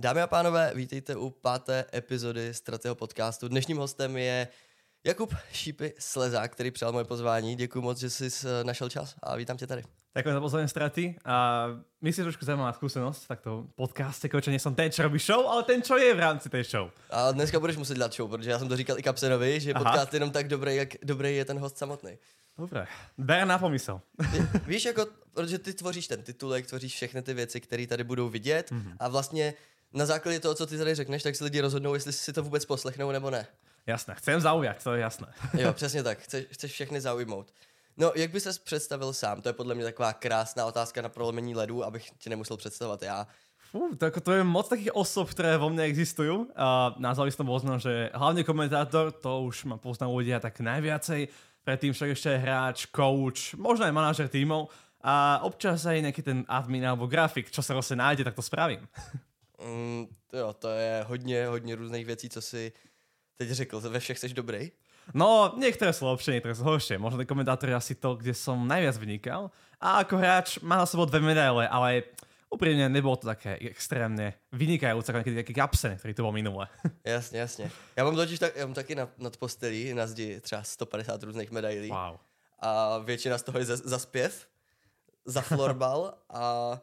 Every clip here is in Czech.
Dámy a pánové, vítejte u 5. epizody Strateho podcastu. Dnešním hostem je Jakub Šípy Slezák, který přijal moje pozvání. Děkuji moc, že jsi našel čas a vítám tě tady. Ďakujem za pozvanie Straty a myslím, že trošku zaujímavá skúsenosť v takto podcaste, že nie som ten, čo robí show, ale ten, čo je v rámci tej show. A dneska budeš muset dělat show, protože já jsem to říkal i Kapsenovi, že podcast je jenom tak dobrý, jak dobrý je ten host samotný. Dobre, ber na pomysl. Víš, jako, protože ty tvoříš ten titulek, tvoříš všechny ty věci, které tady budou vidět a vlastně na základě toho, co ty tady řekneš, tak si lidi rozhodnou, jestli si to vůbec poslechnou nebo ne. Jasné, chcem zaujať, to je jasné. Jo, přesně tak, chceš všechny zaujmout. No, jak by ses představil sám? To je podle mě taková krásná otázka na prolomení ledu, abych ti nemusel představovat já. To je moc takých osob, ktoré vo mne existujú. Nazvali som to možno, že hlavne komentátor, to už ma poznajú ľudia tak najviacej. Predtým však ešte hráč, coach, možno aj manažer tímov a občas aj nejaký ten admin alebo grafik, čo sa vlastne nájde, tak to spravím. Jo, to je hodně různých věcí, co si teď řekl. Ve všech jsi dobrý? No, niektoré sú lepšie, niektoré sú horšie. Možno ten komentátor je asi to, kde som najviac vynikal. A ako hráč má na sebou 2 medaile, ale úprimne nebolo to také extrémne vynikajúce, ako nejaký Kapsen, ktorý to bol minule. Jasně. Já mám taky nad postelí na zdi třeba 150 různých medailí. Wow. A většina z toho je za zpěv, za florbal a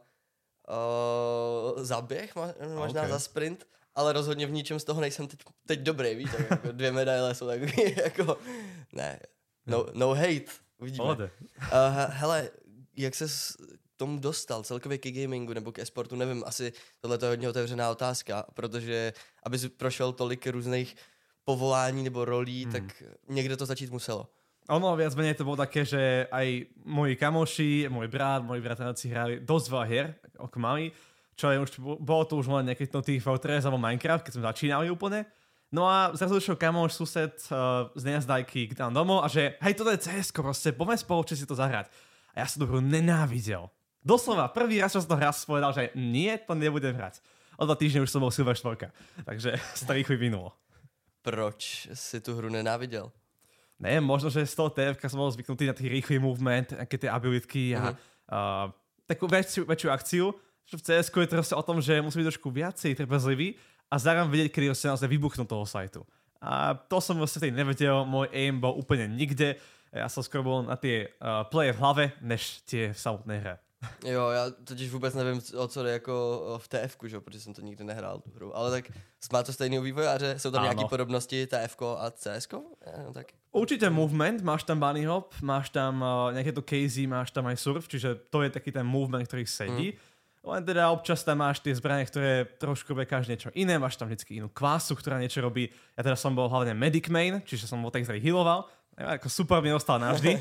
za běh, možná za sprint. Ale rozhodně v ničem z toho nejsem teď dobrý, víš, tak jako 2 medaile jsou tak jako, ne, no hate, uvidíme. Hele, jak ses tomu dostal, celkově k gamingu nebo k e-sportu, nevím, asi tohle je hodně otevřená otázka, protože aby si prošel tolik různých povolání nebo rolí, tak někde to začít muselo. Ono viac menej to bolo také, že aj moji kamoši, môj bratraci hrali dosť veľa hier, ako mali. Čo je už, bolo to už len nejaký Team Fortress alebo Minecraft, keď sme začínali úplne. No a zrazu došiel kamoš, sused z nejazdajky k nám domov a že hej, toto je CS-ko, proste poďme spoločne si to zahrať. A ja som tú hru nenávidel. Doslova, prvý raz, čo som to hral, som povedal, že nie, to nebudem hrať. O 2 týždne už som bol Silver 4, takže sa to rýchlo vyvinulo. Proč si tu hru nenávidel? Ne, možno, že z toho TF som bol zvyknutý na tých rýchly movement, aké tie abilitky a takú väčšiu akciu. V CS-ku je to o tom, že musí byť trošku viacej trpezlivý a zároveň vedieť, kedy sa naozaj vybuchnú toho sajtu. A to som vlastne tej nevedel, môj aim bol úplne nikde. Ja som skoro bol na tie playe v hlave, než tie v samotnej hre. Jo, já totiž vůbec nevím, o co jde jako v TF-ku, že? Protože jsem to nikdy nehrál tu hru. Ale tak má to stejného vývojáře? Jsou tam nějaké podobnosti TF-ko a CS-ko? No, tak. Určite movement, máš tam bunny hop, máš tam nejaké to KZ, máš tam aj surf, čiže to je taký ten movement, ktorý sedí. Len teda občas tam máš tie zbranie, ktoré trošku robia každý niečo iné, máš tam vždycky inú kvásu, ktorá niečo robí. Ja teda som bol hlavne medic main, čiže som bol ten, ktorý healoval. Ako super mi dostal navždy.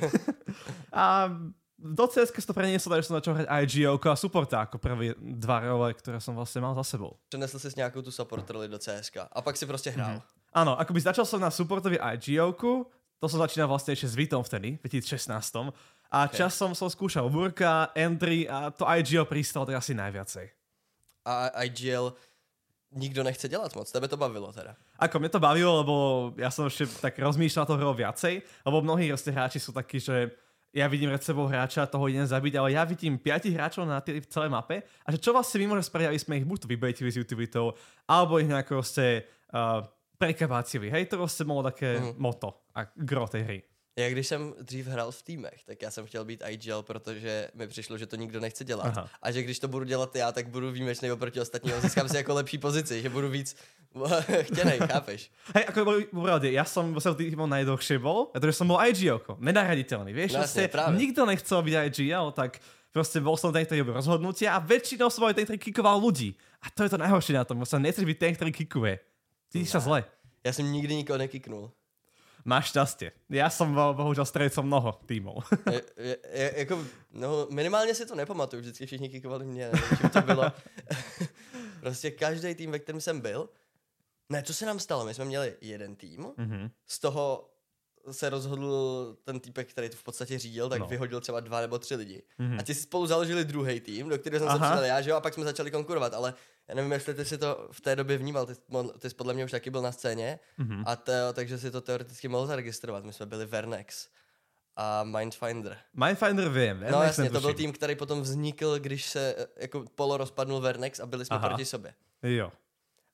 A do CS-ka to preniesol, že som začal hrať IGO-ko a supporta ako prvé 2 role, ktoré som vlastne mal za sebou. Přenesl si nějakou tu support roli do CS-ka a pak si prostě hrál. Áno, akoby začal som na supportovi IGO-ku, to som začínal vlastne ešte s Vitom vtedy, v 2016. A časom som skúšal Burka, Entry a to IGL pristalo tak asi najviacej. A IGL nikdo nechce dělat moc, tebe to bavilo teda? Ako mne to bavilo, lebo ja som ešte tak rozmýšľal to hrou viacej, lebo mnohí hráči sú takí, že ja vidím pred sebou hráča, toho idem zabiť, ale ja vidím 5 hráčov na tej celej mape a že čo vlastne my môžeme spraviť, aby sme ich buď to vybejtili z utilitou, alebo ich nejako prekabácili. Hej, to vlastne bolo také moto a gro tej hry. Já když jsem dřív hrál v týmech, tak já jsem chtěl být IGL, protože mi přišlo, že to nikdo nechce dělat. Aha. A že když to budu dělat já, tak budu výjimečný oproti ostatním a získám si jako lepší pozici, že budu víc chtěnej, chápeš? Hej, ako boli pravde, ja som v týmu najdlhšie bol, pretože som bol IGL-ko, nenahraditeľný, vieš, vlastne, nikto nechcel byť IGL, tak proste bol som ten, ktorý robil rozhodnutia a väčšinou som bol ten, ktorý kikoval ľudí. A to je to najhoršie na tom, sa nechceš byť ten, ktorý kikuje. Cítiš sa zle. Ja som nikdy nikoho nekiknul. Máš šťastie. Ja som bohužiaľ stredcom mnoho tímov. Jako, no, minimálně si to nepamatuju, vždycky všichni kikovali mě, nevím, čím to bylo. Prostě každý tým, ve kterém jsem byl, ne, co se nám stalo, my jsme měli jeden tým, z toho se rozhodl ten týpek, který to v podstatě řídil, tak vyhodil třeba 2 nebo 3 lidi. A ti si spolu založili druhý tým, do kterého jsem se přidal já, že jo, a pak jsme začali konkurovat, ale já nevím, jestli ty si to v té době vnímal, ty jsi podle mě už taky byl na scéně, takže si to teoreticky mohl zaregistrovat. My jsme byli Vernex a Mindfinder. Mindfinder vím. No jasně, to byl tým, který potom vznikl, když se jako polo rozpadnul Vernex a byli jsme proti sobě. Jo.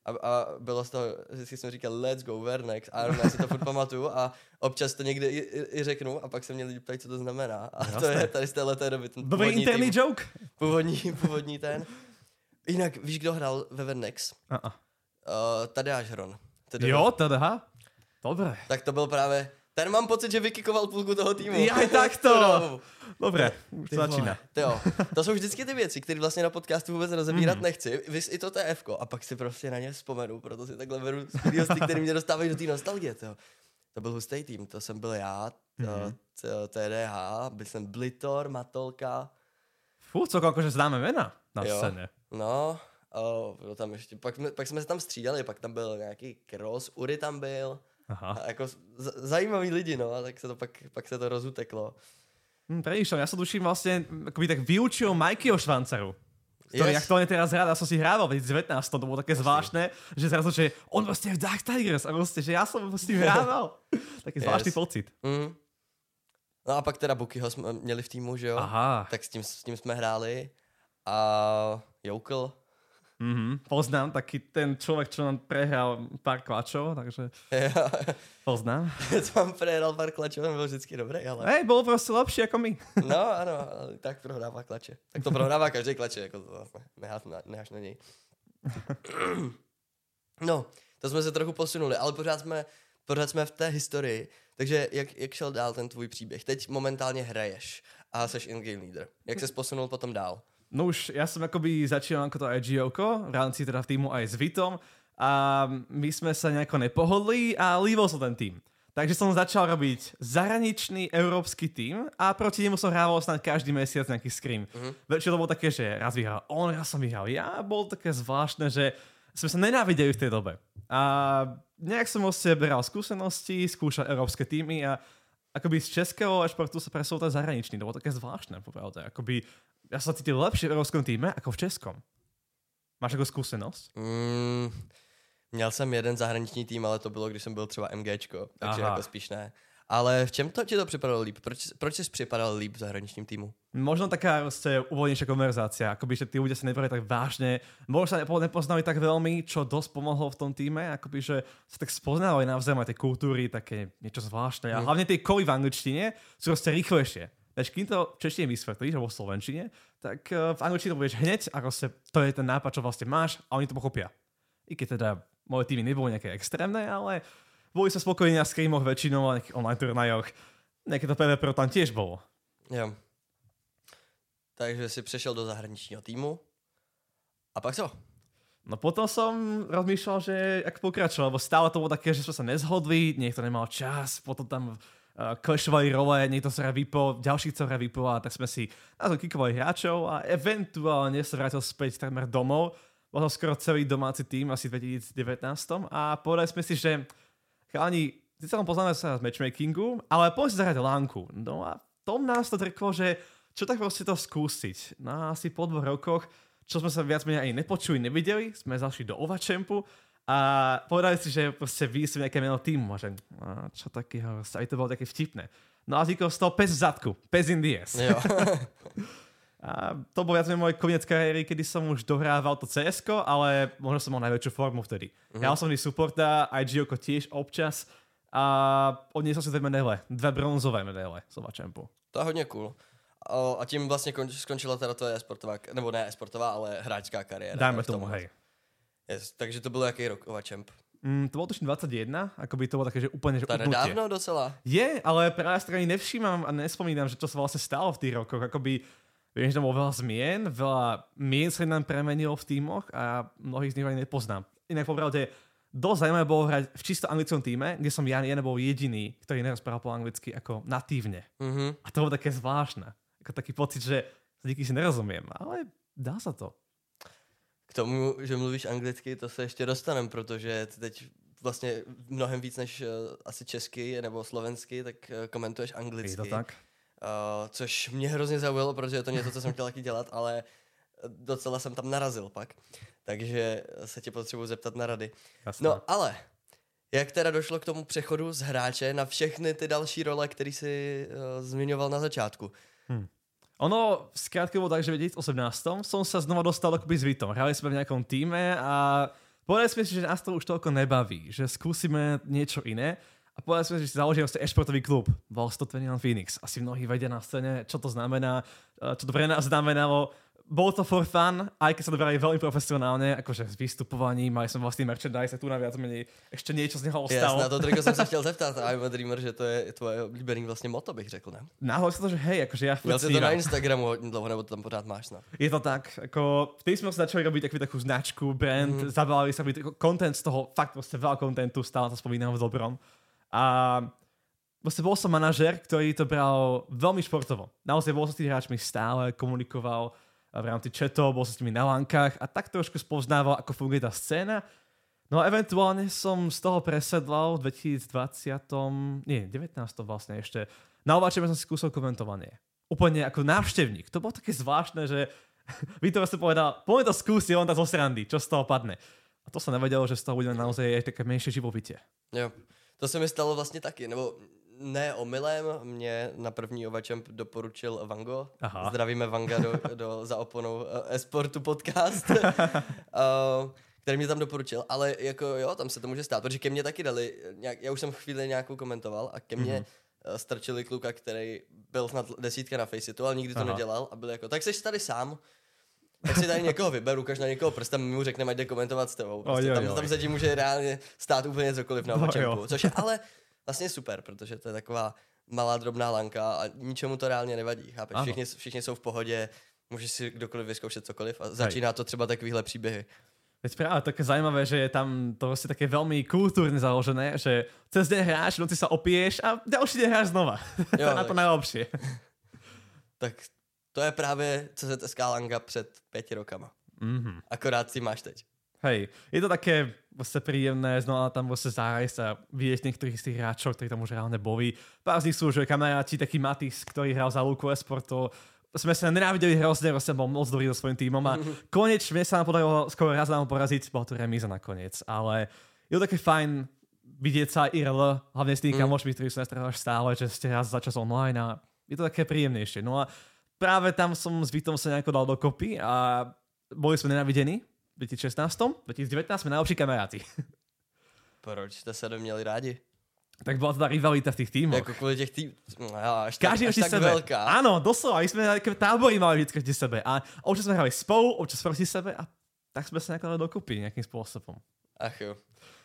A bylo z toho, vždycky jsem říkal let's go, where next, a já si to furt pamatuju a občas to někde i řeknu a pak se mě lidi ptají, co to znamená. A to je tady z téhleté doby. Dobrý interný joke. Původní ten. Jinak víš, kdo hrál ve Vernex? Tadeáš Hron. Jo, teda. Dobre. Tak to byl právě... Ten mám pocit, že vykikoval půlku toho týmu. Aj takto. Dobre, už to začíná. To jsou vždycky ty věci, které vlastně na podcastu vůbec rozebírat nechci. Vys i to TFko. A pak si prostě na ně vzpomenu, proto si takhle beru hosty, který mě dostávají do té nostalgie. To byl hustý tým, to jsem byl já, TDH, byl jsem Blitor, Matolka. Co akože známe jména na scéně. No, bylo tam ještě, pak jsme se tam střídali, pak tam byl nějaký Kroos, Uri tam byl. Aha. A jako zajímaví lidi, no, a tak se to pak se to rozuteklo. Premýšľam, ja sa tuším vlastne, akoby tak vyučil Mikeyho Švancaru, ktorý aktuálne teraz hrá, ja som si hrával v 2019, to bolo také zvláštne, že zrazu, že on vlastne v Dark Tigers a vlastne, že ja som s ním hrával. Taký zvláštny pocit. No a pak teda Bukyho jsme měli v týmu, že jo? Aha. Tak s tím jsme hráli a Joukl. Poznám, taký ten človek, čo nám prehral pár klačov, takže poznám. Co vám prehral pár klačov, byl vždycky dobrý, ale... Hej, bol prostě lepší ako my. No, ano, tak prohrává klače. Tak to prohrává každý klače, jako to neháš na něj. No, to jsme se trochu posunuli, ale pořád jsme v té historii. Takže jak šel dál ten tvůj příběh? Teď momentálně hraješ a seš in-game leader. Jak ses posunul potom dál? No už ja som akoby začínal ako to IGO-ko, v rámci teda v týmu aj s Vitom a my sme sa nejako nepohodli a líbol sa ten tým. Takže som začal robiť zahraničný európsky tým a proti nemu som hrával snad každý mesiac nejaký scrim. Väčšinou to bolo také, že raz vyhral on, raz som vyhral ja, bolo také zvláštne, že sme sa nenávideli v tej dobe. A nejak som od sebe beral skúsenosti, skúšal európske týmy a akoby z českého športu sa presunul ten zahraničný. To bolo také zvláštne, popravde. Akoby ja sa cítil lepšie v európskom týme ako v českom. Máš jako zkušenost? Měl jsem jeden zahraniční tým, ale to bylo, když jsem byl třeba MGčko, takže jako spíš ne. Ale v čem ti to připadalo líp? Proč jsi připadal líp v zahraničním týmu? Možno taká prostě uvoľnejšia konverzácia, akoby, že tí ľudia sa nebrali tak vážne, možno sa nepoznali tak veľmi, čo dosť pomohlo v tom týme, akoby, že sa tak spoznávali navzájom aj tie kultúry, také niečo zvláštne. A hlavne tie koly v angličtine sú proste rýchlejšie. Takže kým to v češtine vysvetlíš, alebo v slovenčine, tak v angličtine to budeš hneď a proste to je ten nápad, čo vlastne máš a oni to pochopia. I keď teda moje týmy neboli nejaké extrémne, ale boli sa spokojní na screamoch väčšinou a nejakých online turnajoch. Nejaké to PvP tam tiež bolo. Jo. Takže si přešel do zahraničního týmu. A pak co? No potom som rozmýšľal, že jak pokračovať, lebo stále to bolo také, že sme sa nezhodli, niekto nemal čas, potom tam klešovali role, niekto sa hra vypol, ďalší chcel hra vypol a tak sme si kikovali hráčov a eventuálne sa vrátil späť takmer domov. Bol to skoro celý domáci tým, asi v 2019 a povedali sme si, že chalani, ty sa poznáme sa z matchmakingu, ale poďme si zahrať lánku. No a tom nás to drklo, že čo tak proste to skúsiť. No asi po 2 rokoch, čo sme sa viac menej ani nepočuli, nevideli, sme zašli do Ovachampu a povedali si, že proste vyjsli nejaké meno týmu a že čo takého, aj to bolo také vtipné. No a vznikol z toho pes v zadku, pes in the ass. Jo. A to bol viac menej môj koniec kariéry, kedy som už dohrával to CS-ko, ale možno som mal najväčšiu formu vtedy. Ja som vždy supporta, IGO-ko tiež občas a odniesol si 2 medaile, 2 bronzové medaile z Ovachampu. To je hodně cool. A tím vlastně skončila teda tvoje e-sportová, nebo ne e-sportová, ale hráčská kariéra. Dajme tomu, hej. Yes, takže to bylo jaký rok Ovachamp? To bolo tuším 21, akoby to bolo také, že úplne že utnutie. Nedávno docela. Je, ale práve strany nevšímam a nespomínam, že čo sa vlastne stalo v tých rokoch. Akoby, viem, že tam bolo veľa zmien, veľa mien sa nám premenilo v tímoch a mnohých z nich ani nepoznám. Inak popravde, dosť zaujímavé bolo hrať v čisto anglickom týme, kde som ja nebol jediný, ktorý nerozprával po anglicky ako natívne. A to bolo také zvláštne. Ako taký pocit, že sa nikdy si nerozumiem, ale dá sa to. K tomu, že mluvíš anglicky, to se ještě dostanem, protože ty teď vlastně mnohem víc než asi česky nebo slovensky, tak komentuješ anglicky. Je to tak? Což mě hrozně zaujalo, protože je to něco, co jsem chtěl taky dělat, ale docela jsem tam narazil pak. Takže se tě potřebuji zeptat na rady. Jasné. No ale, jak teda došlo k tomu přechodu z hráče na všechny ty další role, které jsi zmiňoval na začátku? Ono skrátka bolo tak, že v 2018 som sa znova dostal akoby s Vitom. Hrali sme v nejakom týme a Povedali sme si, že nás to už toľko nebaví, že skúsime niečo iné a povedali sme si, že založíme e-športový klub. Volal sa to 21 Phoenix. Asi mnohí vedia na scéne, čo to znamená, čo to pre nás znamenalo. Bolo to for fun, aj keď sa to brali veľmi profesionálne, akože s vystupovaním, mali sme vlastný merchandise a tu na viac menej ešte niečo z neho ostalo. Na to triko jsem se chtěl zeptat, I'm a Dreamer, že to je tvoje oblíbený vlastně moto, bych řekl, ne? Náhle sa to, že hej, akože ja Měl jsi to na Instagramu hodně dlouho, nebo to tam pořád máš snad? Je to tak, ako vtedy sme sa začali robiť takú značku, brand, zabávali sa byť content z toho, fakt proste veľa contentu, stále to spomínam v dobrom. A vlastne bol som manažer, ktorý to bral veľmi športovo. Naozaj bol som s tými hráčmi stále, komunikoval v rámci chatov, bol som s nimi na lankách a tak trošku spoznával, ako funguje tá scéna. No a eventuálne som z toho presedlal v 19. vlastne ešte. Na Ovačeme som si skúsil komentovanie. Úplne ako návštevník. To bolo také zvláštne, že Vítor sa povedal, poďme to skúsiť, on tak zo srandy, čo z toho padne. A to sa nevedelo, že z toho bude naozaj aj také menšie živobytie. Jo, to se mi stalo vlastně taky, nebo ne omylem, mě na první Ovačemp doporučil Vango. Aha. Zdravíme Vanga do Za oponou eSportu podcast, který mě tam doporučil, ale jako jo, tam se to může stát, protože ke mně taky dali, já už jsem chvíli nějakou komentoval a ke mně strčili kluka, který byl snad 10 na Faceitu, ale nikdy to nedělal a byl jako, tak seš tady sám, tak si tady někoho vyberu, ukaž na někoho prstem, my mu řekneme, ať jde komentovat s tebou. Prostě tam se ti může reálně stát úplně cokoliv na Ovačempu, což je ale vlastně super, protože to je taková malá drobná lanka a ničemu to reálně nevadí, chápeš? Všichni jsou v pohodě, může si kdokoliv vyzkoušet cokoliv a začíná to třeba takovýhle příběhy. Veď práve také zaujímavé, že je tam to vlastne také veľmi kultúrne založené, že cez deň hráš, v noci sa opiješ a ďalší deň hráš znova. Jo, to je na to najlepšie. Tak to je právě CZSK Langa před 5 rokama. Akorát si máš teď. Hej, je to také vlastne príjemné znova tam vlastne zájsť a vidieť niektorých z tých hráčov, ktorí tam už reálne boli. Pár z nich sú už kamaráti, taký Matis, ktorý hral za Luku eSportu. Sme sa nenávideli hrozne, vlastne bol moc dobrý so svojím tímom a konečne sa nám podarilo skoro raz nám poraziť, bola to remíza nakoniec, ale je to také fajn vidieť sa IRL, hlavne s tými kamošmi, ktorí sú nestrávaš stále, že ste raz za čas online a je to také príjemnejšie. No a práve tam som s Vítom sa nejako dal dokopy a boli sme nenávidení v 2016, 2019 sme najlepší kamaráti. Proč jste se měli rádi? Tak bola teda rivalita v tých tímoch. Jako kvôli těch až každý tak veľká. Áno, doslova, my sme také tábory mali vždy každý sebe. A občas sme hrali spolu, občas proti sebe a tak sme sa nejako dali dokupy nejakým spôsobom. Ach jo.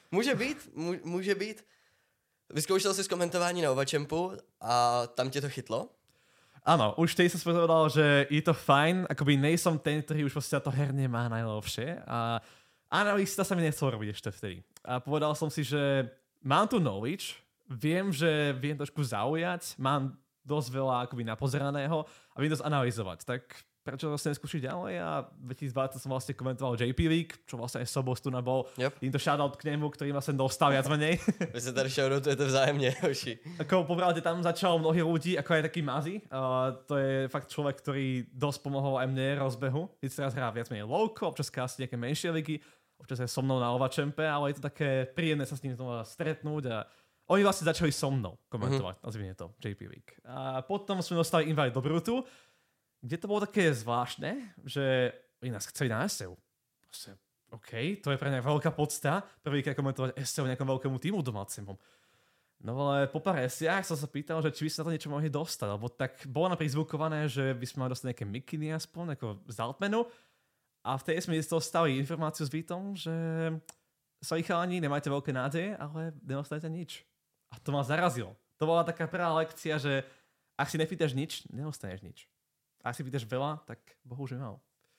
Může být. Vyzkoušel jsi z komentování na Ovačempu a tam tě to chytlo? Áno, už vtedy som povedal, že je to fajn, akoby nejsom ten, ktorý už proste to herne má najlepšie a analýsta sa mi nechcel robiť ešte vtedy. A povedal som si, že mám tu knowledge, viem, že viem trošku zaujať, mám dosť veľa akoby napozeraného a viem dosť analyzovať. Tak prečo vlastne neskúšiť ďalej? A v 2020 som vlastne komentoval JP League, čo vlastne aj Sobos tu nabol. Týmto shoutout k nemu, ktorý vlastne dostal viac menej. Vy sa tady shoutoutujete vzájemne, hoši. Ako popravde tam začal mnohí ľudí, ako aj taký Mazi. To je fakt človek, ktorý dosť pomohol aj mne rozbehu. Teď teraz hrá viac menej lowko, občas kásť nejaké menšie ligy. Občas je so mnou na Ovačempe, ale je to také príjemné sa s ním znova stretnúť a oni vlastne začali so mnou komentovať, nazvime to, JP Week. A potom sme dostali invite do Brutu, kde to bolo také zvláštne, že oni nás chceli na SEO. Proste, OK, to je pre mňa veľká podsta, prvýkrát komentovať SEO nejakom veľkému týmu domácemu. No ale po pár SEách som sa pýtal, že či by sa na to niečo mohli dostať, lebo tak bolo naprizvukované, že by sme mali dostať nejaké mikiny aspoň, ako z Altmanu. A v tej sme dostali informáciu s Vítom, že svoji chalani, nemajte veľké nádeje, ale nedostanete nič. A to ma zarazilo. To bola taká prvá lekcia, že ak si nepýtaš nič, nedostaneš nič. A ak si pýtaš veľa, tak bohužiaľ.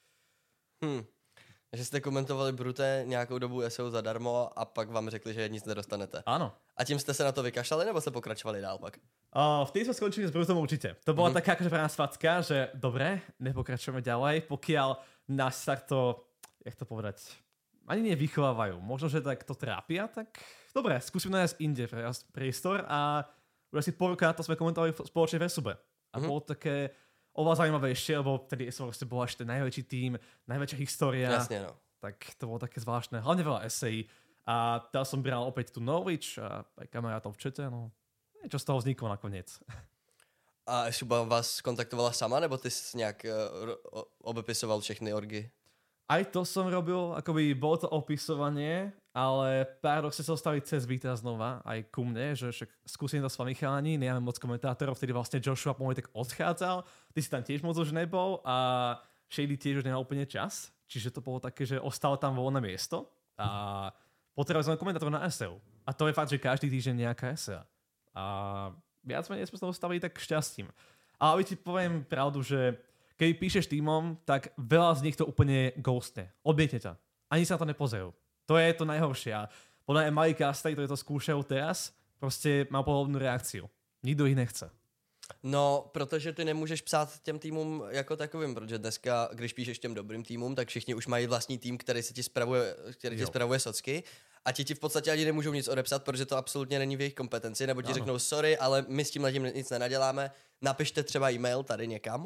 Že jste komentovali Brute nějakou dobu SEO zadarmo a pak vám řekli, že nic nedostanete. Áno. A tím jste se na to vykašlali, nebo ste pokračovali dál pak? Vtedy sme skončili s Brutom určite. To bola taká akože pre nás facka, že dobre, nepokračujeme ďalej, pokiaľ nás takto, jak to povedať, ani nevychovávajú. Možno, že tak to trápia, tak dobre, skúsime nájsť inde priestor a už asi polkrát to sme komentovali spoločne v Resube. A bolo také oveľa zaujímavejšie, lebo vtedy som vlastne bol ešte najväčší tým, najväčšia história. Jasne, no. Tak to bolo také zvláštne. Hlavne veľa esejí. A teraz som bral opäť tu knowledge a aj kamarátov v čete, no niečo z toho vzniklo nakoniec. A Šuba vás kontaktovala sama, nebo ty jsi nějak obepisoval všechny orgy? Aj to som robil, akoby bolo to opisovanie, ale paradoxne sa dostali cez víta znova, aj ku mne, že však skúsim to s vami chalani, nemáme moc komentátorov, vtedy vlastne Joshua pomaly tak odchádzal, ty si tam tiež moc už nebol a Shady tiež už nemal úplne čas, čiže to bolo také, že ostalo tam voľné miesto a potrebovali sme komentátorov na SEO. A to je fakt, že každý týždeň nejaká SEO. A viac menej sme sa dostali tak šťastím. Ale ti poviem pravdu, že keď píšeš týmom, tak veľa z nich to úplne ghostne. Odmietne ťa. Ani sa na to nepozerajú. To je to najhoršie. A podľa mňa malí casty, ktorí to skúšajú teraz, prostě má podobnou reakciu. Nikdo jich nechce. No, protože ty nemůžeš psát těm týmům jako takovým, protože dneska, když píšeš těm dobrým týmům, tak všichni už mají vlastní tým, který se ti spravuje, spravuje socky. A ti v podstatě ani nemůžou nic odepsat, protože to absolutně není v jejich kompetenci, nebo ti řeknou sorry, ale my s tímhletím nic nenaděláme, napište třeba e-mail tady někam,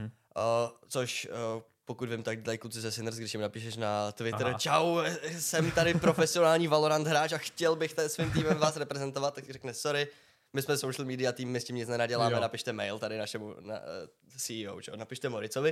což pokud vím, tak dělají kluci ze Sinners, když jim napíšeš na Twitter, čau, jsem tady profesionální Valorant hráč a chtěl bych svým týmem vás reprezentovat, tak ti řekne sorry, my jsme social media tým, my s tím nic nenaděláme, napište mail tady našemu CEO, čo? Napište Moricovi.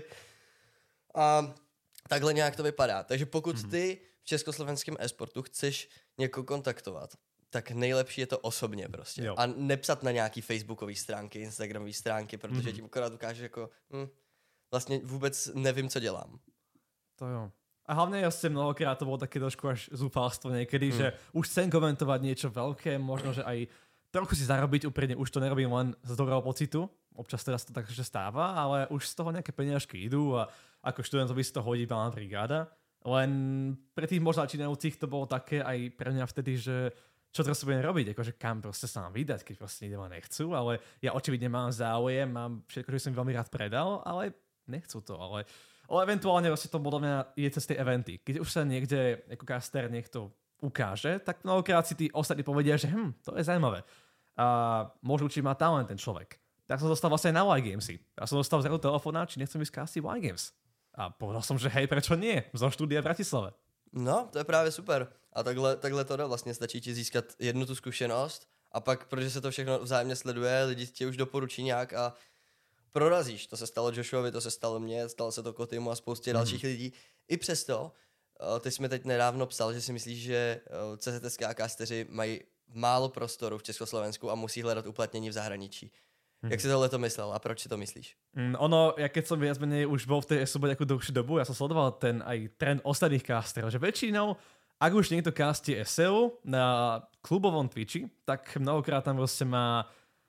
A takhle nějak to vypadá. Takže pokud ty v československém e-sportu chceš někoho kontaktovat, tak nejlepší je to osobně prostě. Jo. A nepsat na nějaký facebookové stránky, instagramové stránky, protože tím akorát ukážeš jako vlastně vůbec nevím, co dělám. To jo. A hlavne jasne mnohokrát to bolo také trošku až zúfalstvo niekedy, že už chcem komentovať niečo veľké, možno, že aj trochu si zarobiť, úprimne už to nerobím len z dobrého pocitu, občas teraz to takže stáva, ale už z toho nejaké peniažky idú a ako študentovi si to hodí plná brigáda. Len pre tých možno začínajúcich to bolo také aj pre mňa vtedy, že čo teraz budem robiť, akože kam proste sa mám vydať, keď proste nikde ma nechcú, ale ja očividne mám záujem, mám všetko, čo som veľmi rád predal, ale nechcú to, ale eventuálne vlastne to podľa mňa je cez tie eventy. Keď už sa niekde ako caster niekto ukáže, tak mnohokrát si tí ostatní povedia, že to je zaujímavé. A môže určite má talent ten človek. Tak som dostal vlastne na Y-Gamesy. Ja som dostal zrazu telefóna, či nechcem ísť casty Y-Games. A povedal som, že hej, prečo nie? Zo štúdia v Bratislave. No, to je právě super. A takhle to jde. Vlastně stačí ti získat jednu tu zkušenost a pak, protože se to všechno vzájemně sleduje, lidi tě už doporučí nějak a prorazíš. To se stalo Joshuovi, to se stalo mně, stalo se to Kotymu a spoustě dalších lidí. I přesto, ty jsi mi teď nedávno psal, že si myslíš, že CZSK a casteři mají málo prostoru v Československu a musí hledat uplatnění v zahraničí. Jak si tohle to myslel a proč si to myslíš? Ono, ja keď som viac menej už bol v tej SUB nejakú dlhšiu dobu, ja som sledoval ten aj trend ostatných casterov, že väčšinou, ak už niekto castí SEO na klubovom Twitchi, tak mnohokrát tam proste má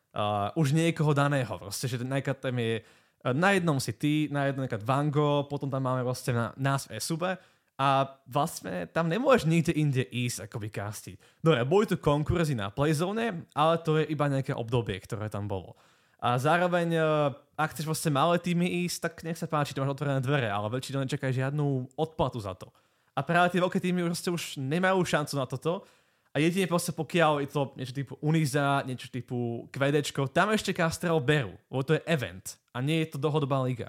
už niekoho daného. Proste, že napríklad tam je na jednom si ty, na jednom napríklad Vango, potom tam máme vlastne nás v SUB a vlastne tam nemôžeš nikde inde ísť akoby castiť. Dobre, boli tu konkurzy na Playzone, ale to je iba nejaké obdobie, ktoré tam bolo. A zároveň, ak chceš vlastne malé týmy ísť, tak nech sa páči, to máš otvorené dvere, ale väčšinou nečakaj žiadnu odplatu za to. A práve tie veľké týmy už nemajú šancu na toto. A jedine proste pokiaľ je to niečo typu Uniza, niečo typu QDčko, tam ešte casterov berú, lebo to je event a nie je to dlhodobá liga.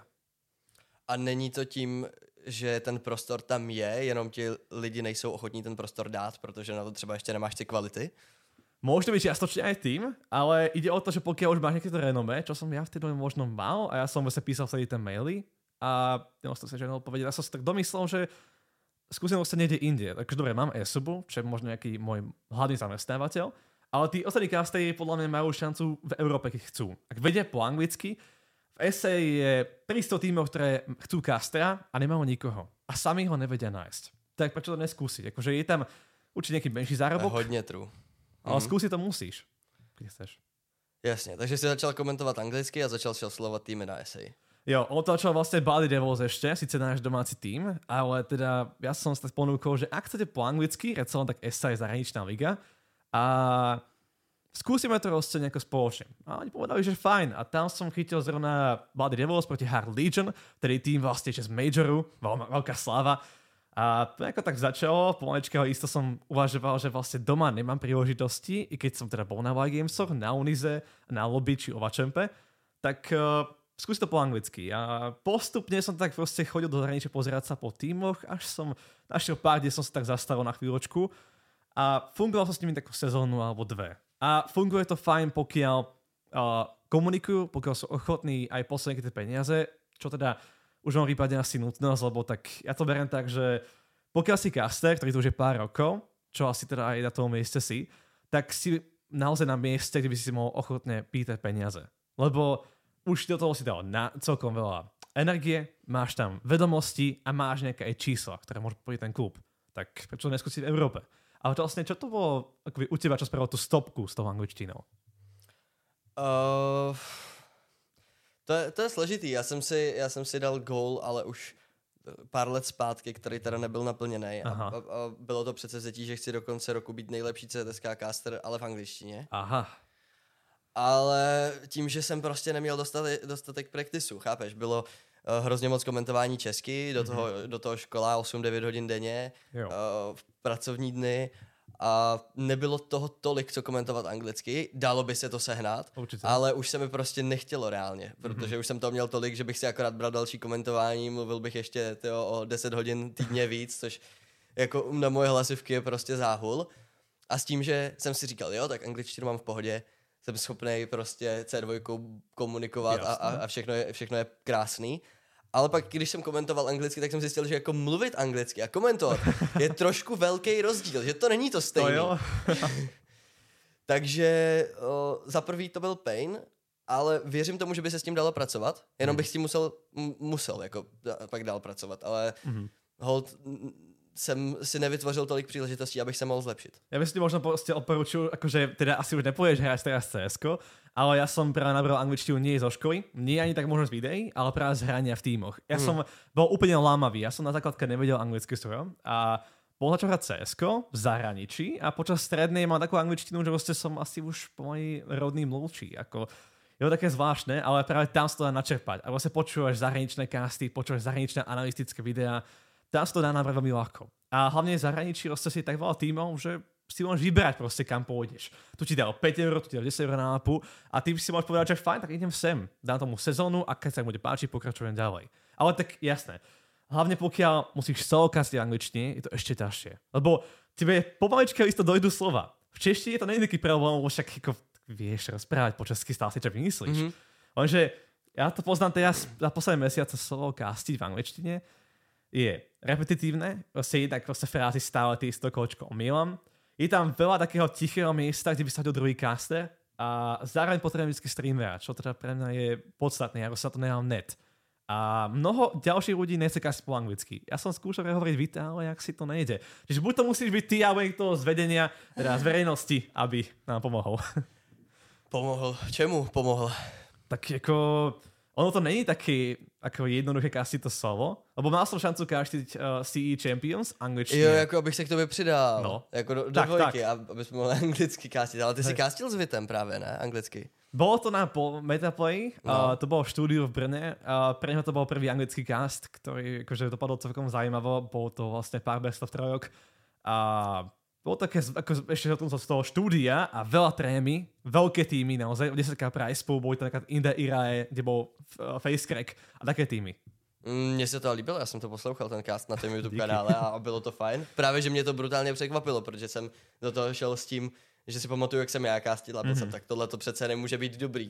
A není to tím, že ten prostor tam je, jenom ti lidi nejsou ochotní ten prostor dát, protože na to třeba ještě nemáš ty kvality? Môže to byť čiastočne aj tým, ale ide o to, že pokiaľ už máš nejaké to renome, čo som ja vtedy možno mal, a ja som vlastne písal vtedy ten maily a neostal sa žiadne odpovedať, ja som si tak domyslel, že skúsim vlastne niekde inde. Takže dobre, mám e-subu, čo je možno nejaký môj hlavný zamestnávateľ, ale tí ostatní castery podľa mňa majú šancu v Európe, keď chcú. Ak vedia po anglicky, v SA je 300 tímov, ktoré chcú castera a nemajú nikoho. A sami ho nevedia nájsť. Tak prečo to neskúsiť? Akože je tam určite nejaký menší zárobok. Hodně true. Ale skúsiť to musíš, keď chceš. Jasně, takže si začal komentovat anglicky a začal si oslovovat týmy na SA. Jo, on to začal vlastne Bloody Devils ešte, síce náš domáci tým, ale teda ja som sa tak ponúkol, že ak chcete po anglicky, len tak SA je zahraničná liga a skúsime to vlastne nejako spoločne. A oni povedali, že fajn. A tam som chytil zrovna Bloody Devils proti Hard Legion, ktorý tým vlastne z Majoru, veľká sláva. A to ako tak začalo, pomalečkého isto som uvažoval, že vlastne doma nemám príležitosti, i keď som teda bol na Y-Gamesoch, na Unize, na Lobby či Ovachempe, tak skúsi to po anglicky. A postupne som tak proste chodil do zahraničia pozerať sa po tímoch, až som našiel pár, kde som sa tak zastavil na chvíľočku a fungoval som s nimi takú sezónu alebo dve. A funguje to fajn, pokiaľ komunikujú, pokiaľ sú ochotní aj poslať tie peniaze, čo teda už v prípade asi nutnosť, lebo tak ja to beriem tak, že pokiaľ si caster, ktorý tu už je pár rokov, čo asi teda aj na tom mieste si, tak si naozaj na mieste, kde by si mohol ochotne pýtať peniaze. Lebo už do toho si dal celkom veľa energie, máš tam vedomosti a máš nejaké aj čísla, ktoré môže povedať ten klub. Tak prečo neskúsiť v Európe? Ale to vlastne, čo to bolo akoby u teba, čo spravilo tú stopku s tou angličtinou? To je složitý. Já jsem si dal goal, ale už pár let zpátky, který teda nebyl naplněný. A bylo to předsevzetí, že chci do konce roku být nejlepší CSK caster, ale v angličtině. Aha. Ale tím, že jsem prostě neměl dostatek practiceů, chápeš? Bylo hrozně moc komentování česky, do toho škola 8-9 hodin denně, v pracovní dny a nebylo toho tolik, co komentovat anglicky. Dalo by se to sehnat, ale už se mi prostě nechtělo reálně, protože už jsem to měl tolik, že bych si akorát bral další komentování, mluvil bych ještě o 10 hodin týdně víc, což jako na moje hlasivky je prostě záhul. A s tím, že jsem si říkal, jo, tak angličtinu mám v pohodě, jsem schopný prostě C2 komunikovat a všechno je krásný. Ale pak, když jsem komentoval anglicky, tak jsem zjistil, že jako mluvit anglicky a komentovat je trošku velký rozdíl, že to není to stejné. Takže za prvý to byl pain, ale věřím tomu, že by se s tím dalo pracovat, jenom bych s tím musel jako pak dál pracovat, ale hold jsem si nevytvořil tolik příležitostí, abych se mohl zlepšit. Ja by si možno odporučil, akože teda asi už nepôjdeš hrať teraz CS-ko, ale ja som práve nabral angličtinu nie zo školy, nie ani tak možno z videí, ale práve z hrania v tímoch. Ja som bol úplne lámavý, ja som na základke nevedel anglicky strojom a bol začal hrať CS-ko v zahraničí a počas strednej mal takú angličtinu, že vlastne som asi už pomaly rodný mluvčí. Ako, je to také zvláštne, ale práve tam sa to dá načerpať. A vlastne počúvaš zahraničné casty, počúvaš zahraničné analytické videá, tam sa to dá nabrať veľmi ľahko. A hlavne v zahraničí si tak veľa tímov, že si môžeš vyberať proste, kam pôjdeš. Tu ti dal 5 €, tu ti dal 10 € na mapu a ty si môžeš povedať, že fajn, tak idem sem. Dám tomu sezónu a keď sa bude páčiť, pokračujem ďalej. Ale tak jasné. Hlavne pokiaľ musíš solo castiť v angličtine, je to ešte ťažšie. Lebo tebe pomaličke isto dojdu slova. V češtine to nie je taký problém, lebo však ako vieš rozprávať po česky, stále si čo vymyslíš. Lenže ja to poznám teraz za posledné mesiace solo castiť v angličtine je repetitívne, vlastne jednak frázy stále ty isto kolečko omýlam. Je tam veľa takého tichého miesta, kde by sa hodil druhý caster a zároveň potrebujem vždy streamera, čo teda pre mňa je podstatné, ja sa to nemám net. A mnoho ďalších ľudí nechce castiť po anglicky. Ja som skúšal hovoriť Vita, ale jak si to nejde. Čiže buď to musíš byť ty, alebo niekto z vedenia, teda z verejnosti, aby nám pomohol. Pomohol? Čemu pomohol? Tak ako... Ono to není taký ako jednoduché castiť to solo, lebo mal som šancu castiť CE Champions angličtine. Jo, jako abych se k tobě přidal. No. Jako do dvojky, aby jsme mohli anglicky castit. Ale ty si castil s Vitem právě, ne? Anglicky. Bolo to na Metaplay, to bolo v štúdiu v Brne. Pre neho to bol prvý anglický cast, ktorý akože dopadol celkom zaujímavo. Bolo to vlastne pár best of trojok. A bolo také, ako ešte z toho štúdia a veľa trémy, veľké týmy naozaj, 10k prize pool, boli to napríklad Inde Irae, kde bol Facecrack a také týmy. Mně se to líbilo, já jsem to poslouchal, ten cast na tom YouTube kanále a bylo to fajn. Právě, že mě to brutálně překvapilo, protože jsem do toho šel s tím, že si pamatuju, jak jsem já castil a byl jsem, tak tohle to přece nemůže být dobrý.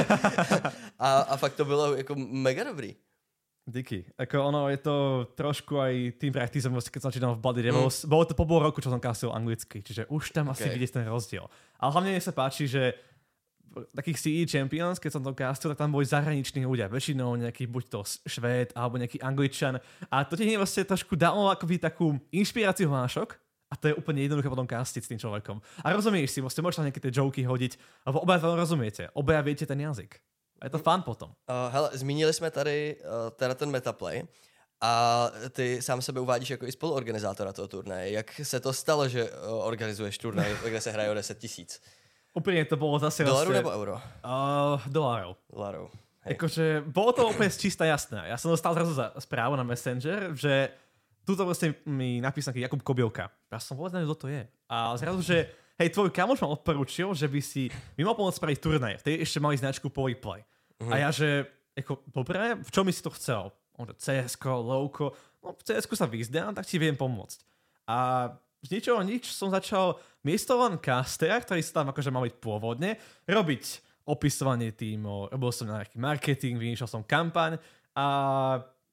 a fakt to bylo jako mega dobrý. Díky. Ako ono je to trošku aj tým praktizom, keď som začínal v Bloody Devils. Bolo to po pol roku, čo som castil anglicky, čiže už tam asi vidieť ten rozdiel. Ale hlavne mne sa páči, že takých CE Champions, keď som to castil, tak tam boli zahraniční ľudia. Väčšinou nejaký buď to Švéd alebo nejaký Angličan. A to ti vlastne trošku dalo akoby takú inšpiráciu hlášok. A to je úplne jednoduché potom castiť s tým človekom. A rozumieš si, vlastne môžeš tam nejaké tie joky hodiť, lebo obaja veľmi rozumiete. Obaja viete ten jazyk. A je to fun potom. Hele, zmínili jsme tady teda ten Metaplay a ty sám sebe uvádíš jako i spoluorganizátora toho turnaje. Jak se to stalo, že organizuješ turnaj, kde se hraje o 10 000? Úplne to bolo zase... Dolarů nebo euro? Dolarov. Akože, bolo to úplne čistá jasné. Ja som dostal zrazu správu na Messenger, že tuto vlastne mi napísal Jakub Kobielka. Ja som vôbec neviem, kto to je. A zrazu, že hej, tvoj kamoš ma odporúčil, že by si mi mal pomôcť spraviť turnaj. Vtedy ešte mali značku Polyplay. A ja, že ako, dobre, v čom by si to chcel? On že CS-ko, LoWko. No v CS-ku sa vyzdám, tak ti viem pomôcť. A z ničoho nič som začal miesto len castera, ktorý sa tam akože mal byť pôvodne, robiť opisovanie tímov, robil som nejaký marketing, vymýšľal som kampaň a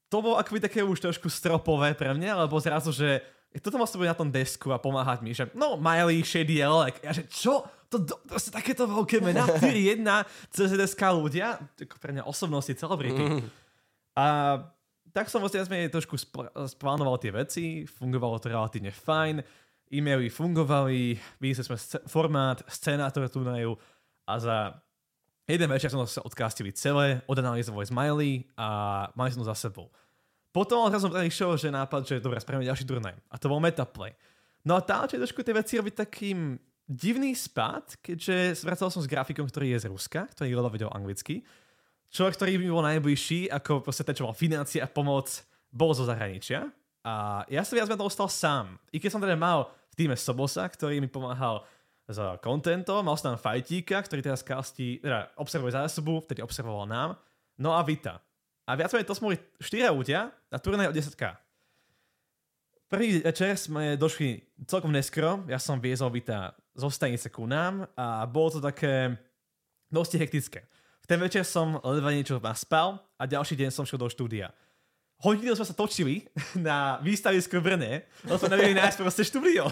to bolo akoby také už trošku stropové pre mňa, lebo zrazu, že toto vlastne bude na tom desku a pomáhať mi, že no, Miley, Shady Alec, ja že čo? To takéto veľké mená, 4-1, CZSK ľudia, pre mňa osobnosti, celebrity. A tak som vlastne trošku splánoval tie veci, fungovalo to relatívne fajn, e-maily fungovali, vyjsli sme formát, scenátor turnaju a za jeden večer som sa odcastili celé, odanalizovali Smiley a mali sme to za sebou. Potom ale som prišiel, že nápad, že dobre, spravíme ďalší turnaj. A to bol Metaplay. No a tam trošku tie veci robiť takým divný spád, keďže vracal som s grafikom, ktorý je z Ruska, ktorý veľa vedel anglicky. Človek, ktorý by bol najbližší, ako proste ten, čo mal financie a pomoc, bol zo zahraničia. A ja som viac menej ostal sám. I keď som teda mal v týme Sobosa, ktorý mi pomáhal s contentom, mal som tam Fajtíka, ktorý teraz teda observuje zásobu, vtedy observoval nám, no a Vita. A viac menej to sme boli 4 ľudia na turnaji o 10K. Prvý večer sme došli celkom neskoro, ja som viezol Vita zo stanice ku nám a bolo to také dosť hektické. V ten večer som ledva niečo naspal a ďalší deň som šiel do štúdia. Hodinu sme sa točili na výstavisku v Brne, lebo sme nevedeli nájsť proste štúdio.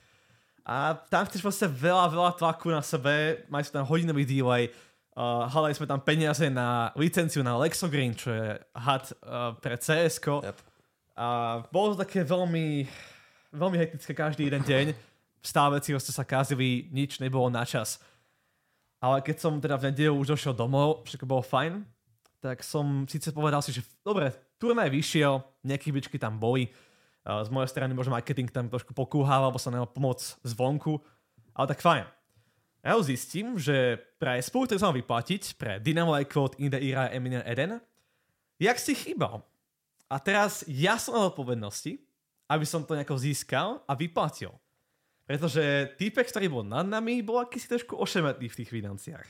A tam chceš proste veľa tlaku na sebe, mali sme tam hodinový delay, hľadali sme tam peniaze na licenciu na Lexogreen, čo je had pre CS-ko. Yep. A bolo to také veľmi hektické každý jeden deň. Stále veci sa kázili, nič nebolo na čas. Ale keď som teda v nedeľu už došiel domov, všetko bolo fajn, tak som síce povedal si, že dobre, turnaj vyšiel, nejaké chybičky tam boli. Z mojej strany možno marketing tam trošku pokúhal, alebo sa nemal pomoc zvonku, ale tak fajn. Ja už zistím, že pre spolu, ktorý sa mal vyplatiť, pre Dynamo Equote, In the Era Eminem Eden, jak si chýbal. A teraz ja som na odpovednosti, aby som to nejako získal a vyplatil. Pretože týpek, ktorý bol nad nami, bol akýsi trošku ošemetný v tých financiách.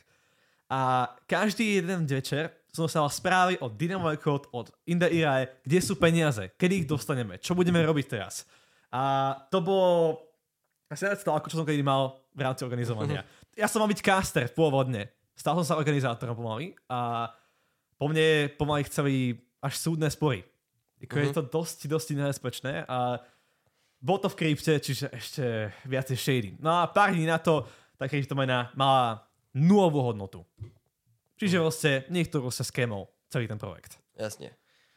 A každý jeden večer som dostal správy od Dynamo Equote, od In the Era, kde sú peniaze, kedy ich dostaneme, čo budeme robiť teraz. A to bolo asi najviac to, ako čo som kedy mal v rámci organizovania. Ja som mal byť caster pôvodne. Stal som sa organizátorom pomaly a po mne pomaly chceli až súdne spory. Je to dosť nebezpečné a bolo to v krypte, čiže ešte viacej shady. No a pár dní na to tá kryptomena mala nulovú hodnotu. Čiže vlastne niekto sa skémol celý ten projekt. Jasně.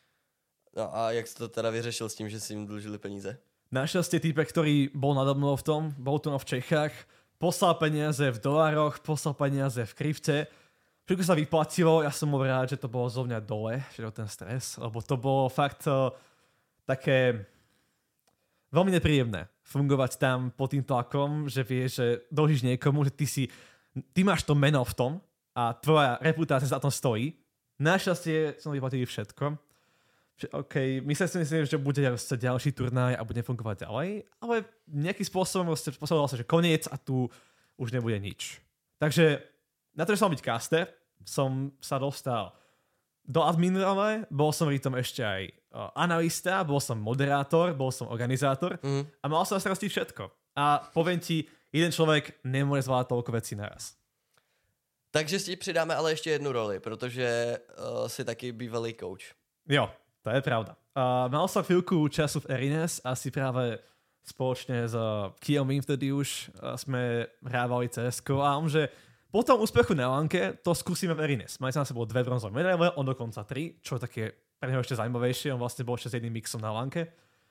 No a jak jsi to teda vyřešil s tím, že si jim dlužili peníze? Našťastie týpek, ktorý bol nado mnou v tom, bol tu v Čechách, poslal peniaze v dolároch, poslal peniaze v krypte. Všetko sa vyplatilo, ja som bol rád, že to bolo zo mňa dole, že ten stres, lebo to bolo fakt také veľmi nepríjemné fungovať tam pod tým tlakom, že vieš, že dlžíš niekomu, že ty máš to meno v tom a tvoja reputácia za tom stojí. Našťastie som vyplatili všetko. OK, myslím, že bude ďalší turnaj a bude fungovať ďalej, ale nejakým spôsobom spôsoboval sa, že koniec a tu už nebude nič. Takže na to, že som byť caster, som sa dostal do adminrole, bol som pri tom ešte aj analista, bol som moderátor, bol som organizátor a mal som na starosti všetko. A poviem ti, jeden človek nemôže zvládať toľko vecí naraz. Takže si přidáme ale ještě jednu roli, protože jsi taky bývalý coach. Jo. To je pravda. Mal som chvíľku času v Erines, asi práve spoločne s Kielmím vtedy už sme hrávali CS-ko a že po tom úspechu na Lanke to skúsime v Erines. Mali sa na sebou 2 bronzové medaile, on dokonca 3, čo je také pre neho ešte zaujímavejšie, on vlastne bol ešte s jedným mixom na Lanke.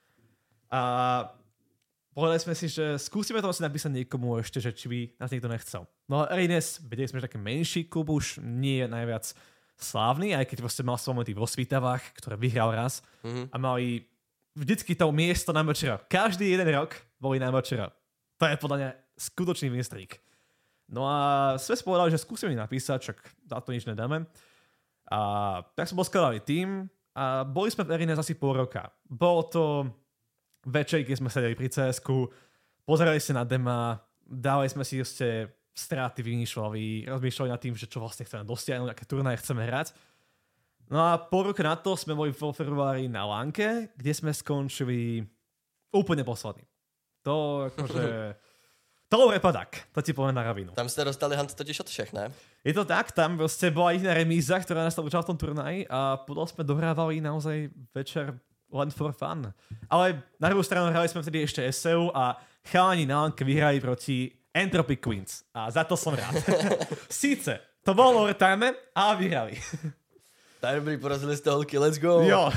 A povedali sme si, že skúsime to vlastne napísať niekomu ešte, že či by nás niekto nechcel. No a Erines, vedeli sme, že taký menší klub už nie je najviac slávny, aj keď vlastne mal momenty vo Svitavách, ktoré vyhral raz a mali vždycky to miesto na Močera. Každý jeden rok boli na Močera. To je podľa mňa skutočný winstreak. No a sme spovedali, že skúsime napísať, čak za to nič nedáme. A tak som bol skladali tým a boli sme v Erines asi pol roka. Bolo to večer, keď sme sedeli pri CS-ku, pozerali sa na dema, dávali sme si ešte straty rozmýšľali nad tým, že čo vlastne chceme dosiahnuť, aké turnaje chceme hrať. No a pol roka na to sme boli vo februári na Lanke, kde sme skončili úplne poslední. To akože... to Dobre, padak, to ti poviem na rovinu. Tam jste dostali Hunt totiž od všech, ne? Je to tak, tam proste bola jediná remíza, ktorá nás tam učala v tom turnaji a potom sme dohrávali naozaj večer len for fun. Ale na druhú stranu hrali sme vtedy ešte SEU a chalani na Lanke vyhrali proti Entropy Queens. A za to som rád. Síce, to bolo overtime, ale vyhrali. To je dobrý, porazili jste holky, let's go. Jo.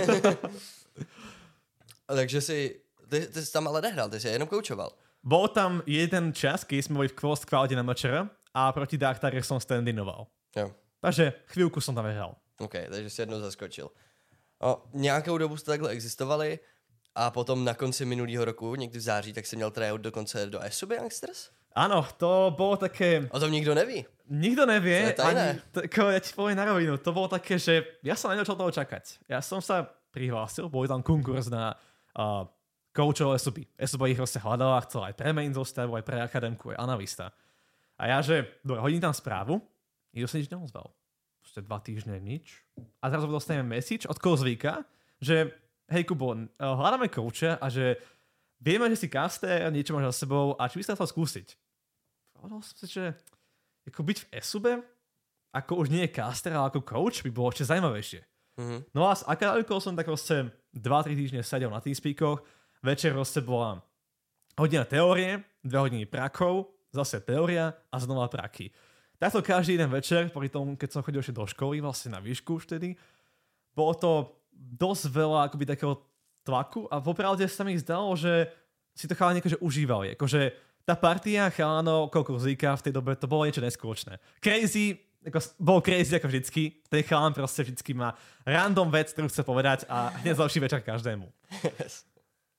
Takže ty jsi tam ale nehrál, ty jsi jenom koučoval. Bol tam jeden čas, keď sme boli v Quality na MČR a proti Darktarech som standinoval. Jo. Takže chvíľku som tam hral. OK, takže si jednou zaskočil. Nějakou dobu jste takhle existovali a potom na konci minulého roku, někdy v září, tak jsi měl tryout dokonce do ESUB Youngsters? Áno, to bolo také... O tom nikdo neví. Nikto nevie, To je tajné. ja ti poviem na rovinu, to bolo také, že ja som nevedel, čo toho čakať. Ja som sa prihlásil, bol tam konkurs na coachov SUB. SUB ich proste hľadala, chcel aj pre main zostavu, aj pre akadémku, aj analista. A ja, že hodím tam správu, nikto sa nič neozval. Proste 2 týždne nič. A zrazu dostaneme message od Kozvíka, že hej Kubo, hľadáme coacha a že vieme, že si caster, niečo máš za sebou a či by ste chcel skúsiť. Povedal som si, že ako byť v SUB, ako už nie je caster, ale ako coach, by bolo ešte zaujímavejšie. Mhm. No a s akadémikou som tak proste 2-3 týždne sedel na TeamSpeakoch, večer proste bola hodina teórie, 2 hodiny prakov, zase teória a znova praky. Takto každý jeden večer, pri tom, keď som chodil ešte do školy, vlastne na výšku už vtedy, bolo to dosť veľa akoby takého tlaku a popravde sa mi zdalo, že si to chalani akože užívali. Akože tá partia chalánov okolo Kozíka v tej dobe, to bolo niečo neskôčné. Crazy, bol crazy ako vždycky. Ten chalán proste vždycky má random vec, ktorú chce povedať a hneď zlepší večer každému. Yes.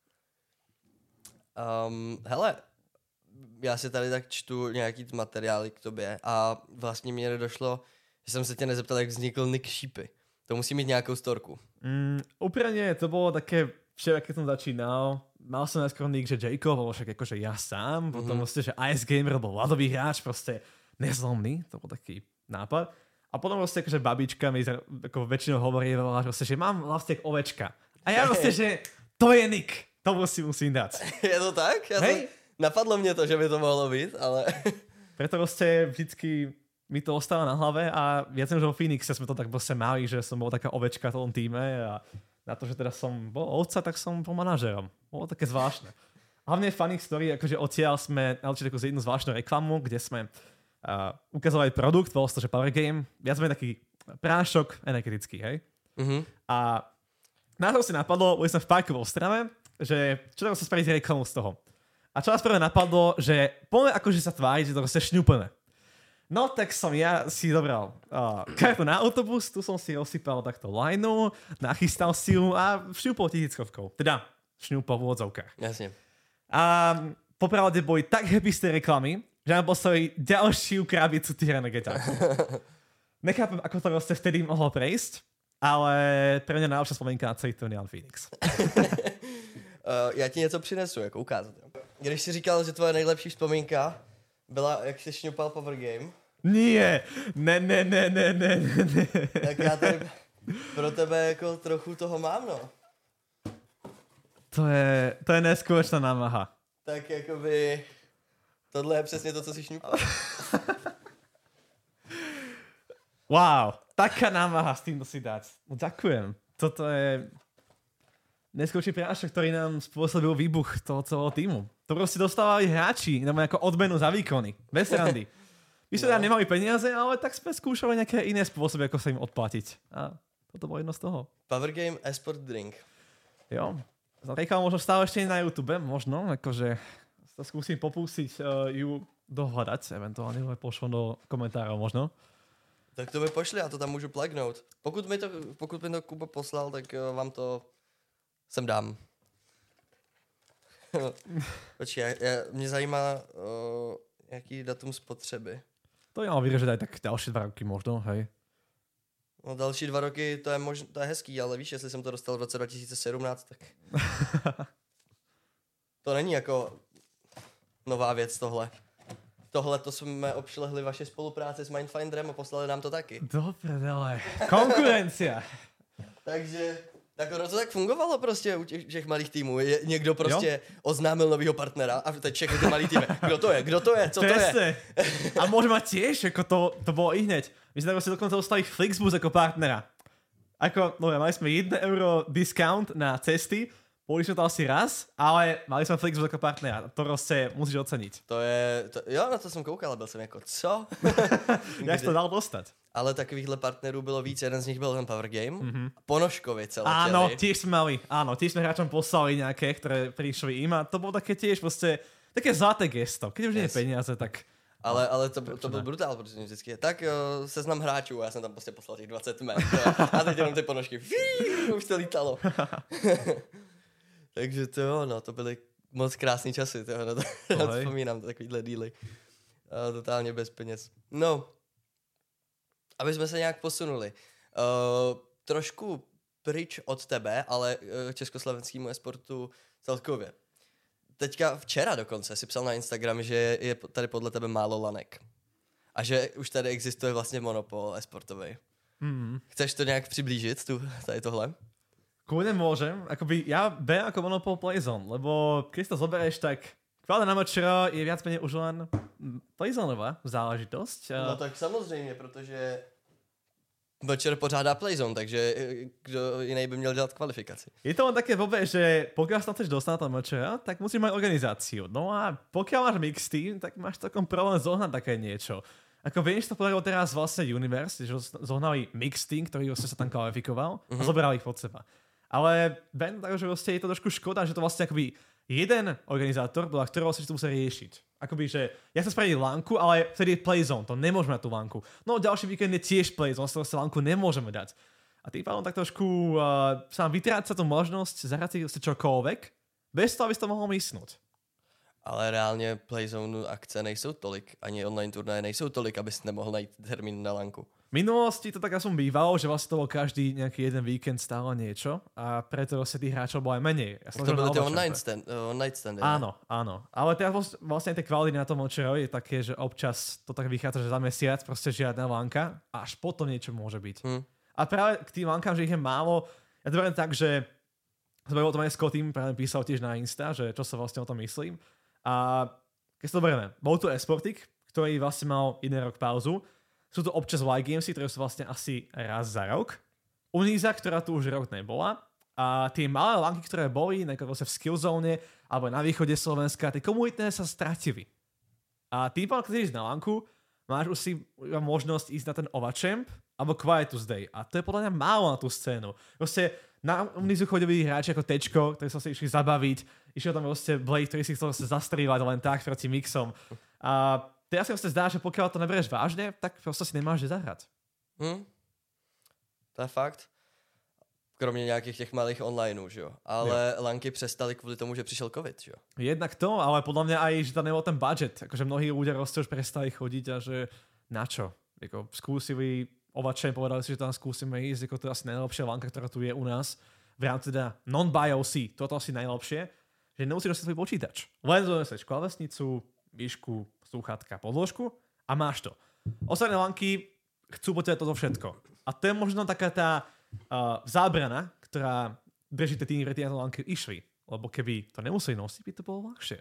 Hele, já si tady tak čtu nějaký materiály k tobě a vlastně mi nedošlo, že jsem se tě nezeptal, jak vznikl Nick Sheepy. To musí mít nějakou storku. Úprimne to bolo také, včera keď som začínal, mal som najskôr nick, že Jacob, bol však akože ja sám, potom proste, že Ice Gamer bol ľadový hráč, proste nezlomný, to bol taký nápad. A potom proste akože babička mi ako väčšinou hovorila, že mám vlastne ovečka. A ja proste, že to je nick, to musím dať. Je to tak? Napadlo mě to, že by to mohlo být, ale... Preto proste vždycky mi to ostáva na hlave a viac než vo Phoenixe sme to tak proste mali, že som bol taká ovečka v tom týme a na to, že teda som bol ovca, tak som bol manažerom. Bolo také zvláštne. Hlavne funny story, akože odtiaľ sme nalčili takú jednu zvláštnu reklamu, kde sme ukazovali produkt, bol to, že Power Game, viac menej taký prášok energetický, hej? Mhm. A na to si napadlo, boli sme v parku v Ostrave, že čo sa spraviť reklamu z toho. A čo nás prvé napadlo, že poďme akože sa tváriť, že to proste šňupeme. No tak som ja si dobral kartu na autobus, tu som si rozsypal takto lineu, nachystal si ju a šňupol 1000-kovkou. Teda šňupol v úvodzovkách. Jasne. A popravde boli tak happy z tej reklamy, že nám postavili ďalšiu krabicu Tyrannogeťa. Nechápem, ako to proste vtedy mohlo prejsť, ale pre mňa najlepšia spomienka na celý turnier Phoenix. Já ti něco přinesu, jako ukázat. Když jsi říkal, že tvoje nejlepší vzpomínka byla, jak jsi šňupal Power Game. Nie, ne. Tak já tady pro tebe jako trochu toho mám, no. To je neskutečná námaha. Tak jakoby... Tohle je přesně to, co jsi šňupal. Wow, taká námaha s týmto si dať. No ďakujem. Toto je neskôrší prášok, ktorý nám spôsobil výbuch toho celého týmu. To proste dostávali hráči, ako odmenu za výkony. Bez randy. My sme tam nemali peniaze, ale tak sme skúšali nejaké iné spôsoby, ako sa im odplatiť. A toto bolo jedno z toho. Power Game Esport Drink. Jo. Rekal možno stále ešte na YouTube, možno, akože to skúsim popúsiť ju dohľadať, eventuálne pošlom do komentárov možno. Tak to mi pošli, já to tam můžu plugnout. Pokud mi to Kuba poslal, tak vám to sem dám. Počkej, mě zajímá, jaký datum spotřeby. To je mal vyřešit aj tak další 2 roky možno, hej. No další 2 roky, to je hezký, ale víš, jestli jsem to dostal v roce 2017, tak... To není jako nová věc tohle. Tohle to jsme obšlehli vaše spolupráce s Mindfinderem a poslali nám to taky. Dobre, ale konkurencia. Takže Tak ono to tak fungovalo prostě u těch malých týmů. Někdo prostě oznámil novýho partnera a teď všechny ty malý týmy. Kdo to je? Co Presne. to je? A môže mať tiež, ako to bolo i hneď. My sme si dokonca dostali Flixbus ako partnera. Ako, no mali sme 1 euro discount na cesty, boli sme to asi raz, ale mali sme Flixbus ako partnera. To proste musíš oceniť. Jo, na to jsem koukal, byl jsem jako, co? Jak to dal dostať? Ale takovýchhle partnerů bylo víc, jeden z nich byl ten Power Game. Ponožkovice letěli. Áno, tiež sme mali. Áno, tiež sme hráčom poslali nejaké, ktoré prišli im a to bolo také tiež proste, také zlaté gesto. Keď už nie je peniaze, tak... Ale to byl brutál, protože vždycky tak seznam hráčů a já jsem tam prostě poslal těch 20 men. A teď jenom ty ponožky. Už to lítalo. Takže to jo, no, to byly moc krásný časy. To, no, to vzpomínám, takovýhle díly. Totálně bez peněz. No, aby jsme se nějak posunuli. Trošku pryč od tebe, ale československému e-sportu celkově. Teďka včera dokonce si psal na Instagram, že je tady podle tebe málo lanek. A že už tady existuje vlastně monopol e-sportový. Chceš to nějak přiblížit, tady tohle? Kľudne môžem. Akoby ja beriem ako monopol Playzone, lebo keď to zoberieš, tak kvalita na MČR je viac menej už len Playzoneová záležitosť. No tak samozřejmě, protože MČR pořádá Playzone, takže kdo jiný by měl dělat kvalifikaci. Je to len také blbé, že pokiaľ sa chceš dostať na to MČR, tak musíš mať organizáciu. No a pokiaľ máš mix team, tak máš takom problém zohnať také niečo. Ako vieš, to podarilo teraz vlastne Universe, že zohnali mix team, ktorý sa tam kvalifikoval a zobrali ich pod seba. Ale ben, takže vlastne je to trošku škoda, že to vlastne akoby jeden organizátor, podľa ktorého sa to musí riešiť. Akoby, že ja chcem spraviť lanku, ale vtedy je Playzone, to nemôžeme na tú lanku. No ďalší víkend je tiež Playzone, vlastne lanku nemôžeme dať. A tým pádom tak trošku sa nám vytráca tú možnosť zahrať si čokoľvek, bez toho, aby si to mohol mysnúť. Ale reálně Playzone akce nejsou tolik, ani online turnaje nejsou tolik, abys nemohl najít termín na lanku. V minulosti to tak aspoň bývalo, že vlastne to bol každý nejaký jeden víkend stále niečo a preto vlastne tých hráčov bolo aj menej. Ja to byly tie online standy. Áno. Ale teraz vlastne tie kvality na tom Mončero je také, že občas to tak vychádza, že za mesiac proste žiadna lanka a až potom niečo môže byť. A práve k tým lankám, že ich je málo, ja to beriem tak, že sme o tom aj s Kotým práve písal tiež na Insta, že čo sa vlastne o tom myslím. A keď sa to berieme, bol tu eSportik, ktorý vlastne mal jeden rok pauzu. Sú to občas Y Gamesy, ktoré sú vlastne asi raz za rok. Uniza, ktorá tu už rok nebola. A tie malé lanky, ktoré boli, napríklad vlastne v Skillzone alebo na východe Slovenska, tie komunitné sa stratili. A tým pádom, keď ideš na lanku, máš už si možnosť ísť na ten Ovachamp alebo Quietus Day. A to je podľa mňa málo na tú scénu. Proste na Unizu chodili hráči ako Tečko, ktorí sa si išli zabaviť. Išiel tam proste Blade, ktorý si chcel zastrieľať len tak proti mixom. A teraz si vlastne zdá, že pokiaľ to neberieš vážne, tak proste si nemáš kde zahrať. To je fakt. Kromě nějakých těch malých onlineů, že jo. Ale lanky přestali kvůli tomu, že přišel covid, že jo. Jednak to, ale podľa mňa aj, že tam nebol ten budget. Akože mnohí ľudia proste už prestali chodiť a že na čo? Jako skúsili Ovachamp, povedali si, že tam skúsime ísť, ako to je asi najlepšia lanka, ktorá tu je u nás. V rámci teda non-BIOC, toto asi najlepšie, že nemusíš nosiť svoj počítač. Len zoneseš klávesnicu, myšku, slúchatka, podložku a máš to. Ostatné lanky chcú po tebe toto všetko. A to je možno taká tá zábrana, ktorá drží tie týmy, ktoré na to lanky išli. Lebo keby to nemuseli nosiť, by to bolo ľahšie.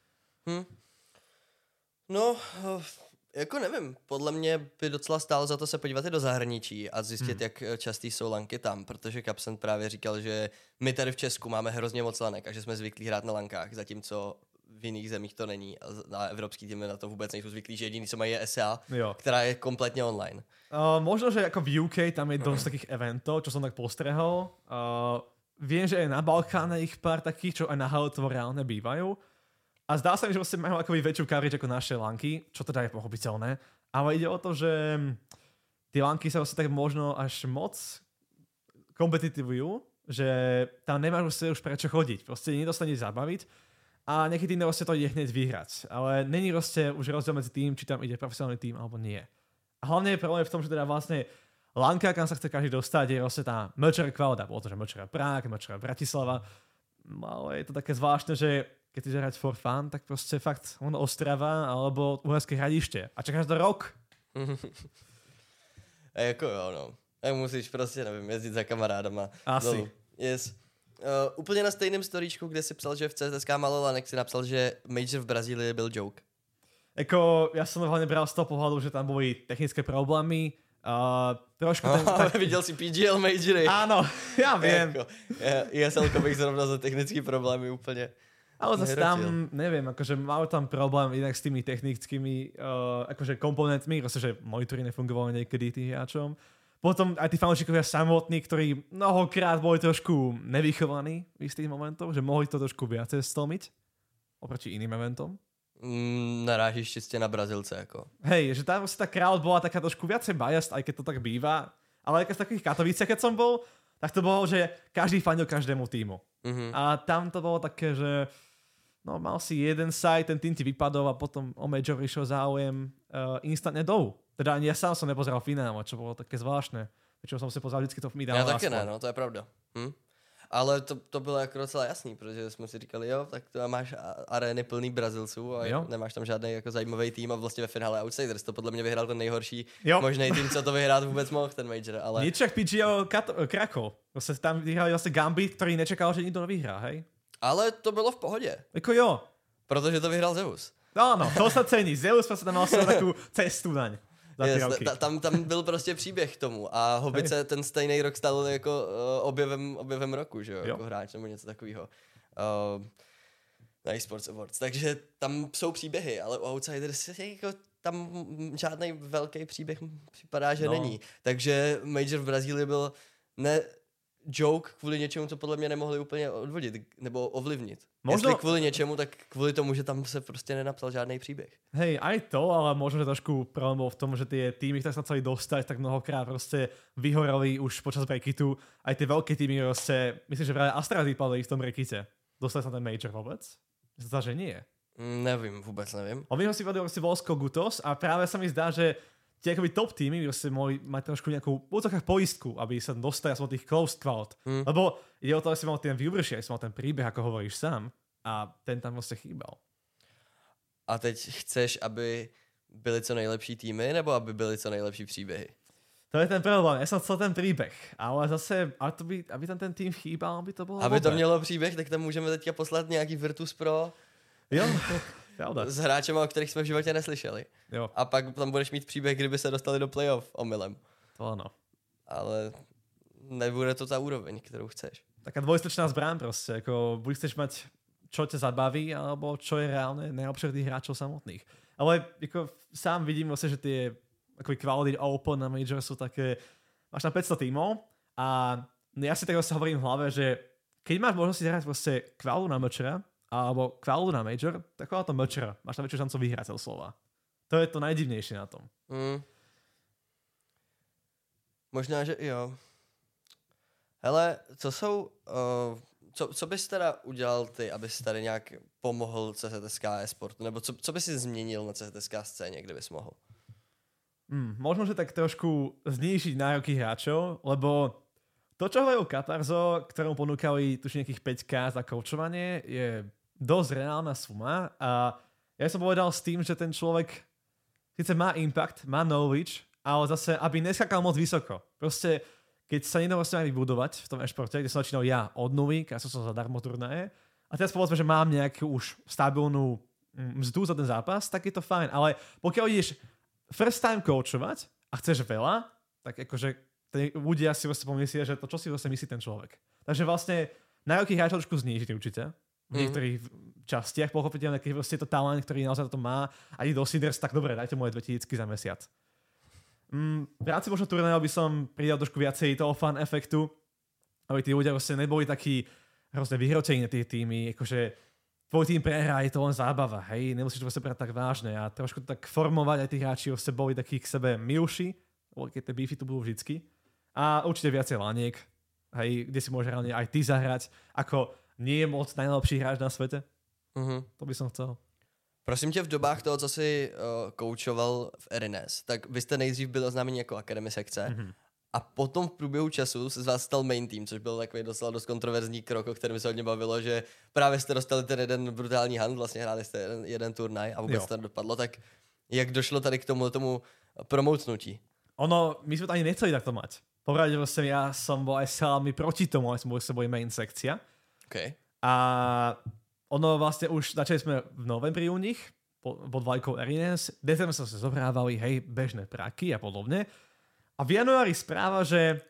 No, jako nevím, podle mě by docela stálo za to se podívat i do zahraničí a zjistit, jak častý jsou lanky tam, protože Kapsen právě říkal, že my tady v Česku máme hrozně moc lanek a že jsme zvyklí hrát na lankách, zatímco v jiných zemích to není a evropský týmy na to vůbec nejsou zvyklí, že jediný, co mají, je SA, která je kompletně online. Možno, že ako v UK tam je dosť takých eventov, čo som tak postrehol. Viem, že aj na Balkáne ich pár takých, čo aj na Haletovo reálne bývajú. A zdá sa mi, že vlastne majú akoby väčšiu coverage ako naše lanky, čo teda je pochopiteľné. Ale ide o to, že tie lanky sa vlastne tak možno až moc kompetitivujú, že tam nemáš už prečo chodiť. Proste nedostaneš zabaviť a niekedy tým vlastne to ide hneď vyhrať. Ale není vlastne už rozdiel medzi tým, či tam ide profesionálny tým alebo nie. A hlavne je problém v tom, že teda vlastne lanka, kam sa chce každý dostať, je vlastne tá MČR kvalita. Bolo to, že MČR Prague, MČR Bratislava. Ale je to také zvláštne, že keď ty hrať for fun, tak proste fakt Ostrava alebo Uherské Hradiště. A čekáš to rok. A jako jo, no. Tak musíš prostě, nevím, jezdit za kamarádama. Asi. Yes. Úplně na stejném storíčku, kde si psal, že v CSK malo lanek, si napsal, že Major v Brazílii byl joke. Jako, ja som hlavne bral z toho pohľadu, že tam boli technické problémy. Trošku Viděl si PGL Majory. Áno, ja viem. Jako, ESL-ko bych zrovna za technické problémy úplně Ale zase nerotil. tam, neviem, akože mal tam problém inak s tými technickými akože komponentmi, proste, že monitory nefungovali niekedy tým hráčom. Potom aj tí fanúšikovia samotní, ktorí mnohokrát boli trošku nevychovaní v istých momentoch, že mohli to trošku viacej stlmiť oproti iným eventom. Narážíš čistě na Brazilce, jako. Hej, že tam tá crowd bola taká trošku viacej biased, aj keď to tak býva. Ale aj keď v takých Katovicech, keď som bol, tak to bolo, že každý fandil každému týmu. Mm-hmm. A tam to bolo také, že no, mal si jeden site, ten tým ti vypadol a potom o Major išiel záujem instantne dolu. Teda ani ja sám som nepozeral finál, čo bolo také zvláštne. Prečo som si pozeral vždycky to mi dával. Já taky ne, no, to je pravda. Ale to bylo jako docela jasný, protože jsme si říkali, jo, tak to máš arény plný Brazilců a jo. nemáš tam žádný jako zajímavý tým a vlastně ve finále Outsiders to podle mě vyhrál ten nejhorší jo. možný tým, co to vyhrát vůbec mohl, ten Major, ale... Nič jak PGO Krakov. Vlastně tam vyhrali vlastně Gambit, který nečekal, že nikdo nevyhrá, hej? Ale to bylo v pohodě. Jako jo. Protože to vyhrál Zeus. No, to sa cení. Zeus prostě tam mal svou takovou cestu naň. Tam byl prostě příběh k tomu a Hobice ten stejný rok stal jako objevem roku, že jo, jako hráč nebo něco takového. Na eSports Awards. Takže tam jsou příběhy, ale u Outsiders jako tam žádný velký příběh připadá, že není. Takže Major v Brazílii byl ne joke kvůli něčemu, co podle mě nemohli úplně odvodit nebo ovlivnit. Možno... Jestli kvůli něčemu, tak kvůli tomu, že tam se prostě nenapsal žádný příběh. Hej, aj to, ale možno, že trošku problém bol v tom, že tie týmy, ktoré sa chceli dostať, tak mnohokrát proste vyhorali už počas breakitu. Aj tie veľké týmy proste, myslím, že práve Astra vypadli v tom breakite. Dostali sa ten Major vôbec? Myslím sa, že nie. Nevím, vůbec nevím. Oni si vedeli si Volsko Gutos a práve sa mi zdá, že tie akoby top týmy proste mohli mať trošku nejakú v úvodzovkách poistku, aby sa dostali aspoň tých closed kvalt. Lebo ide o to, aby si mal ten viewership, aby si mal ten príbeh, ako hovoríš sám. A ten tam vlastně chýbal. A teď chceš, aby byly co nejlepší týmy, nebo aby byly co nejlepší příběhy? To je ten problém. Já jsem chcel ten příběh, ale zase, aby tam ten tým chýbal, aby to bylo Aby to mělo příběh, tak tam můžeme teďka poslat nějaký Virtus Pro. Jo, pravda. S hráčem, o kterých jsme v životě neslyšeli. Jo. A pak tam budeš mít příběh, kdyby se dostali do playoff omylem. To ano. Ale nebude to ta úroveň, kterou chceš. Taká dvojstočná zbraň prostě, jako buď chceš mať čo ťa zabaví, alebo čo je reálne najlepšie tých hráčov samotných. Ale jako sám vidím vlastne, že tie akoby quality open na Major sú také, máš tam 500 tímov a ja si tak vlastne hovorím v hlave, že keď máš možnosť si hrať proste kvalu na Majora alebo kvalu na Major, tak kvalu to Majora. Máš tam väčšiu šancu vyhrať slova. To je to najdivnejšie na tom. Možná, že jo. Hele, co jsou... Co bys teda udělal ty, abys tady nějak pomohl CZSK e-sportu? Nebo co bys si změnil na CZSK scéně, kdybys mohl? Možno, že tak trošku znížiť nároky hráčov, lebo to, čo hovoril Katarzo, ktorému ponúkali tuž nejakých 5K za koučovanie, je dosť reálna suma a ja som povedal s tým, že ten človek síce má impact, má knowledge, ale zase, aby neskakal moc vysoko. Proste keď sa niekto vlastne má vybudovať v tom e-športe, kde som začínal ja od nuly, keď som zadarmo turnaje, a teraz povedzme, že mám nejakú už stabilnú mzdu za ten zápas, tak je to fajn. Ale pokiaľ ideš first time coachovať a chceš veľa, tak akože ľudia si vlastne pomyslia, že to čo si vlastne myslí ten človek. Takže vlastne nároky hráčov trošku znížiť určite. V niektorých častiach, pochopiteľne, keď vlastne je to talent, ktorý naozaj to má a ide do Seeders, tak dobre, dajte mu aj 2000 za mesiac. V rámci možno turnajov by som pridal trošku viacej toho fan efektu, aby tí ľudia vlastne neboli takí hrozne vyhrotení na tie týmy, akože tvoj tým prehrá, je to len zábava, hej, nemusíš to vlastne brať tak vážne a trošku to tak formovať, aj tí hráči vlastne boli takí k sebe milší, keď tie beefy tu budú vždycky a určite viacej laniek, hej, kde si môže reálne aj ty zahrať, ako nie je moc najlepší hráč na svete, to by som chcel. Prosím tě, v dobách toho, co jsi koučoval v RNS, tak vy jste nejdřív byl oznámení jako Academy sekce a potom v průběhu času se z vás stal main team, což byl takový docela dost kontroverzní krok, o kterém se hodně bavilo, že právě jste dostali ten jeden brutální hand, vlastně hráli jste jeden turnaj a vůbec to dopadlo, tak jak došlo tady k tomu promoucnutí? Ono, my jsme to ani nechceli takto mať. Popravde vlastne ja som bol aj salami proti tomu, ale som bol s sebou main sekcia. Okay. A ono vlastne už začali sme v novembri u nich, pod vlajkou Arines. V decembri sa zohrávali, hej, bežné praky a podobne. A v januári správa, že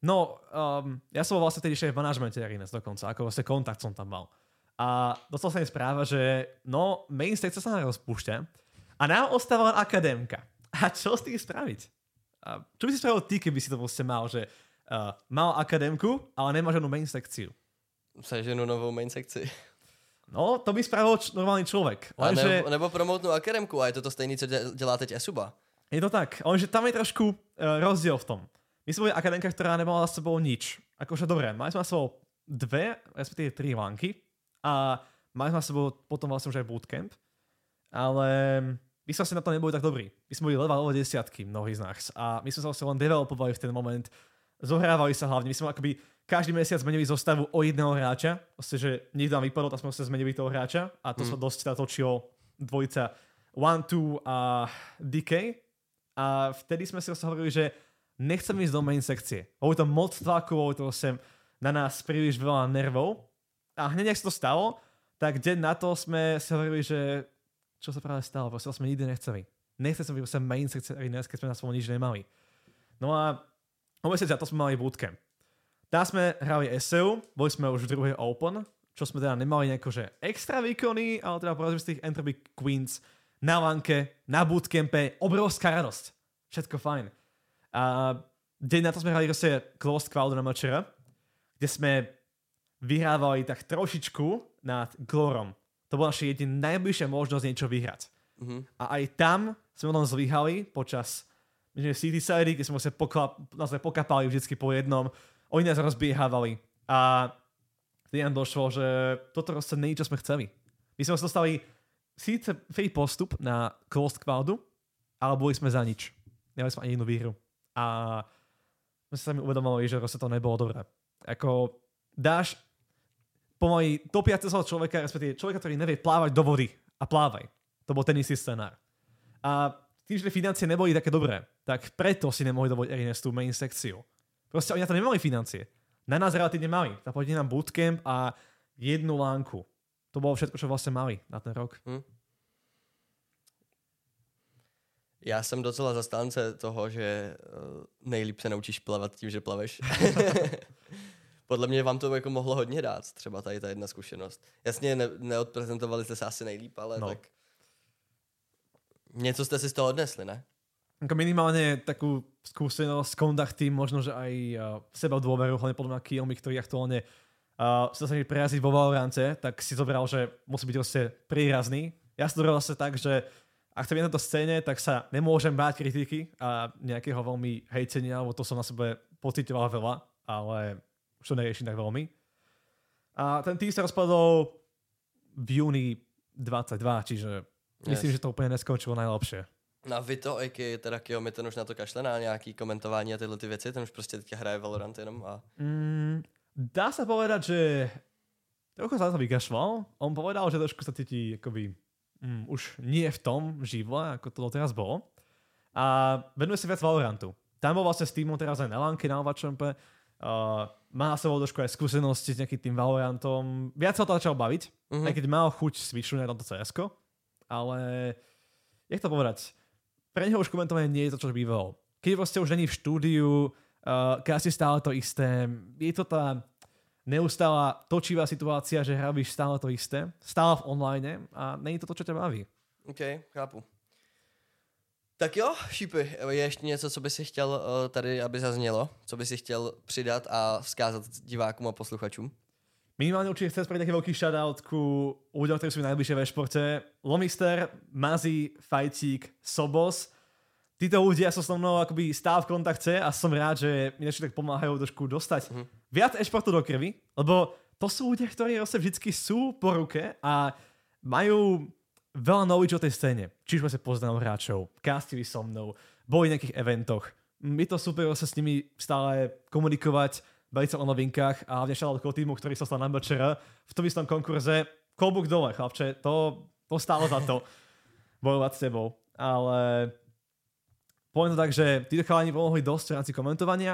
ja som bol vlastne tedy ešte v manažmente Arines dokonca, ako vlastne kontakt som tam mal. A dostal sa mi správa, že main sekcia sa rozpúšťa a nám ostáva len akadémka. A čo s tým spraviť? Čo by si spravil ty, keby si to vlastne mal, že mal akadémku, ale nemáš žádnou main sekciu? Seženu novou main sekci. No, to by spravil normálny človek. Nebo promotnú akadémku a je to to stejné, co dělá teď Esuba. Je to tak, lenže tam je trošku rozdiel v tom. My sme boli akadémka, ktorá nemala za sebou nič. Akože dobre, mali sme za sebou 2, respektíve 3 lánky a mali sme za sebou potom vlastne už aj bootcamp, ale my sme asi na to neboli tak dobrí. My sme boli level 10, mnohí z nás, a my sme sa vlastne len developovali v ten moment, zohrávali sa hlavne, my sme akoby každý mesiac zmenili zostavu o jedného hráča, vlastne, že niekto nám vypadol, tak sme sa zmenili toho hráča a to sa dosť natočilo dvojica 1-2 a DK a vtedy sme si vlastne hovorili, že nechcem ísť do main sekcie. Bolo to moc tlaku, bolo to sem na nás príliš veľa nervov a hneď, ak sa to stalo, tak deň na to sme si hovorili, že čo sa práve stalo, proste sme nikdy nechceli. Nechceli sme byť main sekcie Arines, keď sme na svojom nič nemali. No a o mesiac za to sme mali bootcamp. Tam sme hrali SEO, boli sme už v druhej Open, čo sme teda nemali nejako, že extra výkony, ale teda povedzme z tých Entropy Queens na lanke, na bootcampe, obrovská radosť. Všetko fajn. A deň na to sme hrali vlastne Closed Cloud na Mačera, kde sme vyhrávali tak trošičku nad Glorom. To bola naša jediná najbližšia možnosť niečo vyhrať. Mm-hmm. A aj tam sme potom zlyhali počas City Side, kde sme sa pokapali vždycky po jednom. Oni nás rozbiehávali a vtedy nám došlo, že toto rozhodne nie je, čo sme chceli. My sme sa dostali síce free postup na Closed Cloudu, ale boli sme za nič. Nemali sme ani jednu výhru. A sme sa sami uvedomovali, že to nebolo dobré. Ako dáš pomaly topiaceho človeka, respektíve človeka, ktorý nevie plávať do vody a plávaj. To bol ten istý scenár. A tým, že financie neboli také dobré, tak preto si nemohli dovoliť Arines tú main sekciu. Proste oni na to nemali financie. Na nás relatívne mali. Zaplatili nám bootcamp a jednu lánku. To bolo všetko, čo vlastne mali na ten rok. Já jsem docela zastánce toho, že nejlíp se naučíš plavat tím, že plaveš. Podle mě vám to jako mohlo hodně dát, třeba tady ta jedna zkušenost. Jasně, neodprezentovali jste se asi nejlíp, ale tak něco jste si z toho odnesli, ne? Ako minimálne takú skúsenosť, kontakty, možno, že aj seba dôveru, hlavne podľa mňa Kiyomi, ktorý aktuálne sa snaží prejazdiť vo Valorante, tak si zobral, že musí byť vlastne prírazný. Ja si zobral vlastne tak, že ak chcem na tejto scéne, tak sa nemôžem báť kritiky a nejakého veľmi hejtenia, lebo to som na sebe pocitoval veľa, ale už to neriešim tak veľmi. A ten tým sa rozpadol v júni 22, čiže myslím, že to úplně neskončilo najlepšie. No a vy to, jaký teda Kiyomi, ten už na to kašle na nějaký komentování a tyhle ty věci, ten už prostě teďka hraje Valorant jenom a... Dá sa povedať, že trochu sa to vykašľal. On povedal, že trošku sa cíti akoby už nie v tom živle, ako to doteraz bolo. A venuje sa viac Valorantu. Tam bol vlastne s týmom teraz aj na lánke, na Ovachompe. Má na sebou trošku aj skúsenosti s nejakým tým Valorantom. Viac sa o to začal baviť, aj keď mal chuť switchnúť na tomto CS-ko. Ale jak to povedať? Pre neho už komentovanie nie je to, čo bývalo. Keď vlastne už není v štúdiu, keď si stále to isté, je to tá neustála točivá situácia, že hrabíš stále to isté, stále v online a není to to, čo ťa baví. OK, chápu. Tak jo, Šípy, je ještě něco, co by si chtěl tady, aby zaznělo? Co by si chtěl přidat a vzkázat divákům a posluchačům? Minimálne určite chcem spraviť taký veľký shoutout ku ľuďom, ktorí sú najbližšie ve športe. Lomister, Mazi, Fajtík, Sobos. Títo ľudia sú so mnou akoby stále v kontakte a som rád, že mi tak pomáhajú trošku dostať viac e-športu do krvi, lebo to sú ľudia, ktorí vždycky sú po ruke a majú veľa knowledge o tej scéne. Čiže sme sa poznali hráčov, castili so mnou, boli v nejakých eventoch. Je to super sa s nimi stále komunikovať, baviť sa o novinkách a hlavne šaľa do týmu, ktorý sa stal na BČR v tom istom konkurze. Klobúk dole, chlapče, to stálo za to bojovať s tebou. Ale poviem to tak, že títo chalani pomohli dosť v rámci komentovania.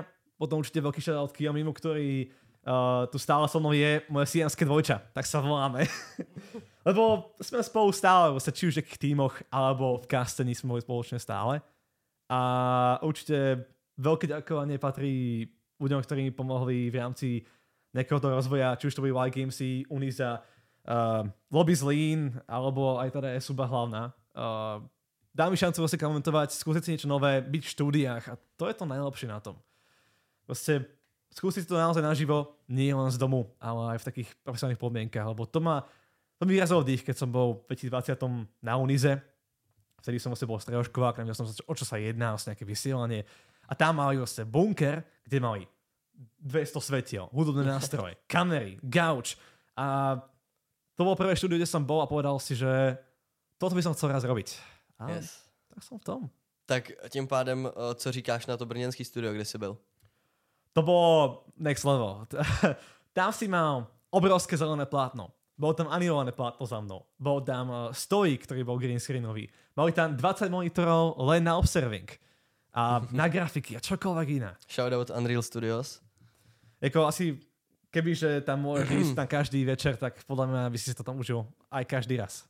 Potom určite veľký shoutout Kiyomimu, ktorý tu stále so mnou je moje siamské dvojča, tak sa voláme. Lebo sme spolu stále, či už v tímoch, alebo v castení sme boli spoločne stále. A určite veľké ďakovanie patrí ľuďom, ktorí mi pomohli v rámci nejakého toho rozvoja, či už to boli Wild Gamesy, Uniza, Lobby z Lean, alebo aj teda Suba hlavná. Dá mi šancu vlastne komentovať, skúsiť si niečo nové, byť v štúdiách a to je to najlepšie na tom. Vlastne skúsiť to naozaj naživo, nie len z domu, ale aj v takých profesionálnych podmienkach, lebo to mi vyrazilo dých, keď som bol v 2020 na Unize, vtedy som vlastne bol stredoškolák, nevedel som, o čo sa jedná, vlastne nejaké vysielanie. A tam mali vlastne bunker, kde mali 200 svetiel, hudobné nástroje, kamery, gauč. A to bolo prvé štúdio, kde som bol a povedal si, že toto by som chcel raz robiť. A tak som v tom. Tak tím pádem, co říkáš na to brněnský studio, kde jsi byl? To bolo next level. Tam si mal obrovské zelené plátno. Bolo tam animované plátno za mnou. Bol tam stojík, ktorý bol green screenový. Mali tam 20 monitorov len na observing. A na grafiky a čokoľvek iné. Shoutout Unreal Studios. Jako asi, kebyže tam môžeš ísť tam každý večer, tak podľa mňa by si to tam užil aj každý raz.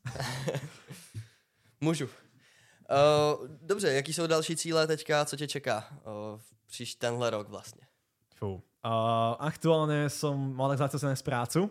Můžu. Dobře, jaký jsou další cíle teďka, co tě čeká příští tenhle rok vlastně? Aktuálne som mal tak začal z prácu.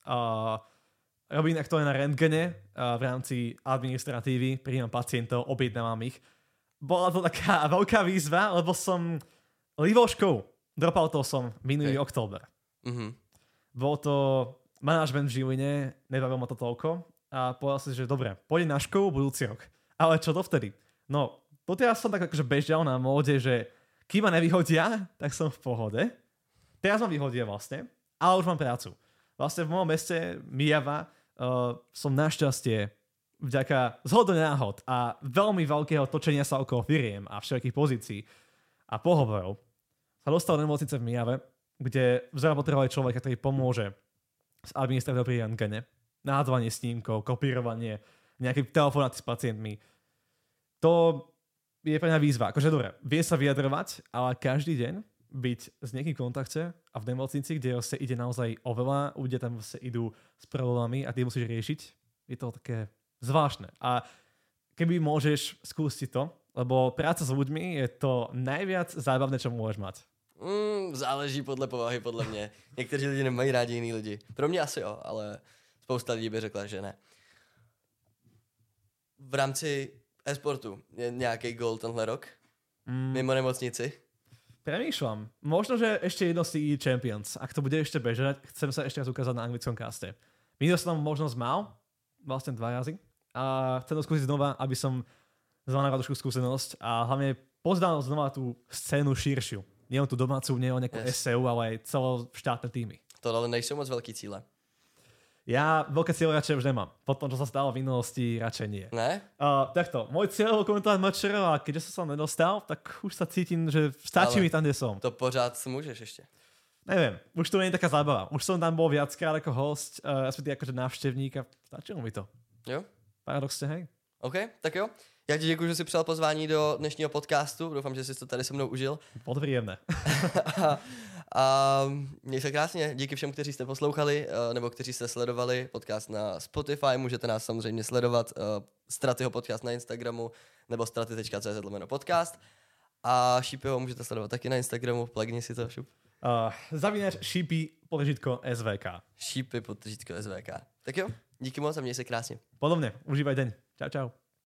Robím aktuálne na rentgene v rámci administratívy, prijímam pacientov, objednávam ich. Bola to taká veľká výzva, lebo som livoškou. Dropal to som minulý október. Bol to manažment v Žiline, nebavil ma to toľko a povedal si, že dobre, pôjdem na školu budúci rok. Ale čo dovtedy? No, doteraz som tak akože bežal na móde, že kým ma nevyhodia, tak som v pohode. Teraz ma vyhodia vlastne, ale už mám prácu. Vlastne v mojom meste Mijava som našťastie vďaka zhodu náhod a veľmi veľkého točenia sa okolo firiem a všetkých pozícií a pohovorov sa dostal do nemocnice v Mijave, kde vzera potrebovali človeka, ktorý pomôže s administratívou pri rentgene, náhodovanie snímkov, kopírovanie, nejaké telefonáty s pacientmi. To je pre mňa výzva. Akože dobre, vie sa vyjadrovať, ale každý deň byť s niekým v kontakte a v nemocnici, kde sa ide naozaj o veľa, ľudia tam sa idú s problémami a ty musíš riešiť, je to také zvláštne. A keby môžeš skúsiť to, lebo práca s ľuďmi je to najviac zábavné, čo môžeš mať. Záleží podle povahy, podle mě. Někteří lidi nemají rádi jiný lidi. Pro mě asi jo, ale spousta lidí by řekla, že ne. V rámci e-sportu je nějaký goal tenhle rok? Mimo nemocnici? Premýšľam. Možno, že ešte jedno CE Champions. Ak to bude ešte bežať, chcem sa ešte raz ukázať na anglickom caste. Minul som tam možnosť mal, vlastne 2 razy. A chcem to skúsiť znova, aby som znamenal trošku skúsenosť a hlavne poznal znova tú scénu širšiu. Nie len tú domácu, nie len nejakú SEU, ale aj celoštátne týmy. To ale nejsou moc veľký cíle. Ja veľké cieľe radšej už nemám. Po tom, čo sa stalo v minulosti, radšej nie. Ne? Takto, môj cieľ bol komentovať Mačero a keďže som sa nedostal, tak už sa cítim, že stačí mi tam, kde som. To pořád môžeš ešte. Neviem, už to nie je taká zábava. Už som tam bol viackrát ako host, respektíve akože návštevník a stačilo mi to. Jo? Paradoxne, hej. OK, tak jo. Já ti děkuji, že jsi přijal pozvání do dnešního podcastu. Doufám, že jsi to tady se mnou užil. Podpříjemné. A měj se krásně. Díky všem, kteří jste poslouchali nebo kteří jste sledovali podcast na Spotify. Můžete nás samozřejmě sledovat. Stratyho podcast na Instagramu nebo straty.cz/podcast. A Šípyho můžete sledovat taky na Instagramu. Plagni si to, Šup. Zavínač Šípy_SVK. Šípy_SVK. Tak jo, díky moc a měj se krásně. Podobně, užívaj deň. Čau, čau.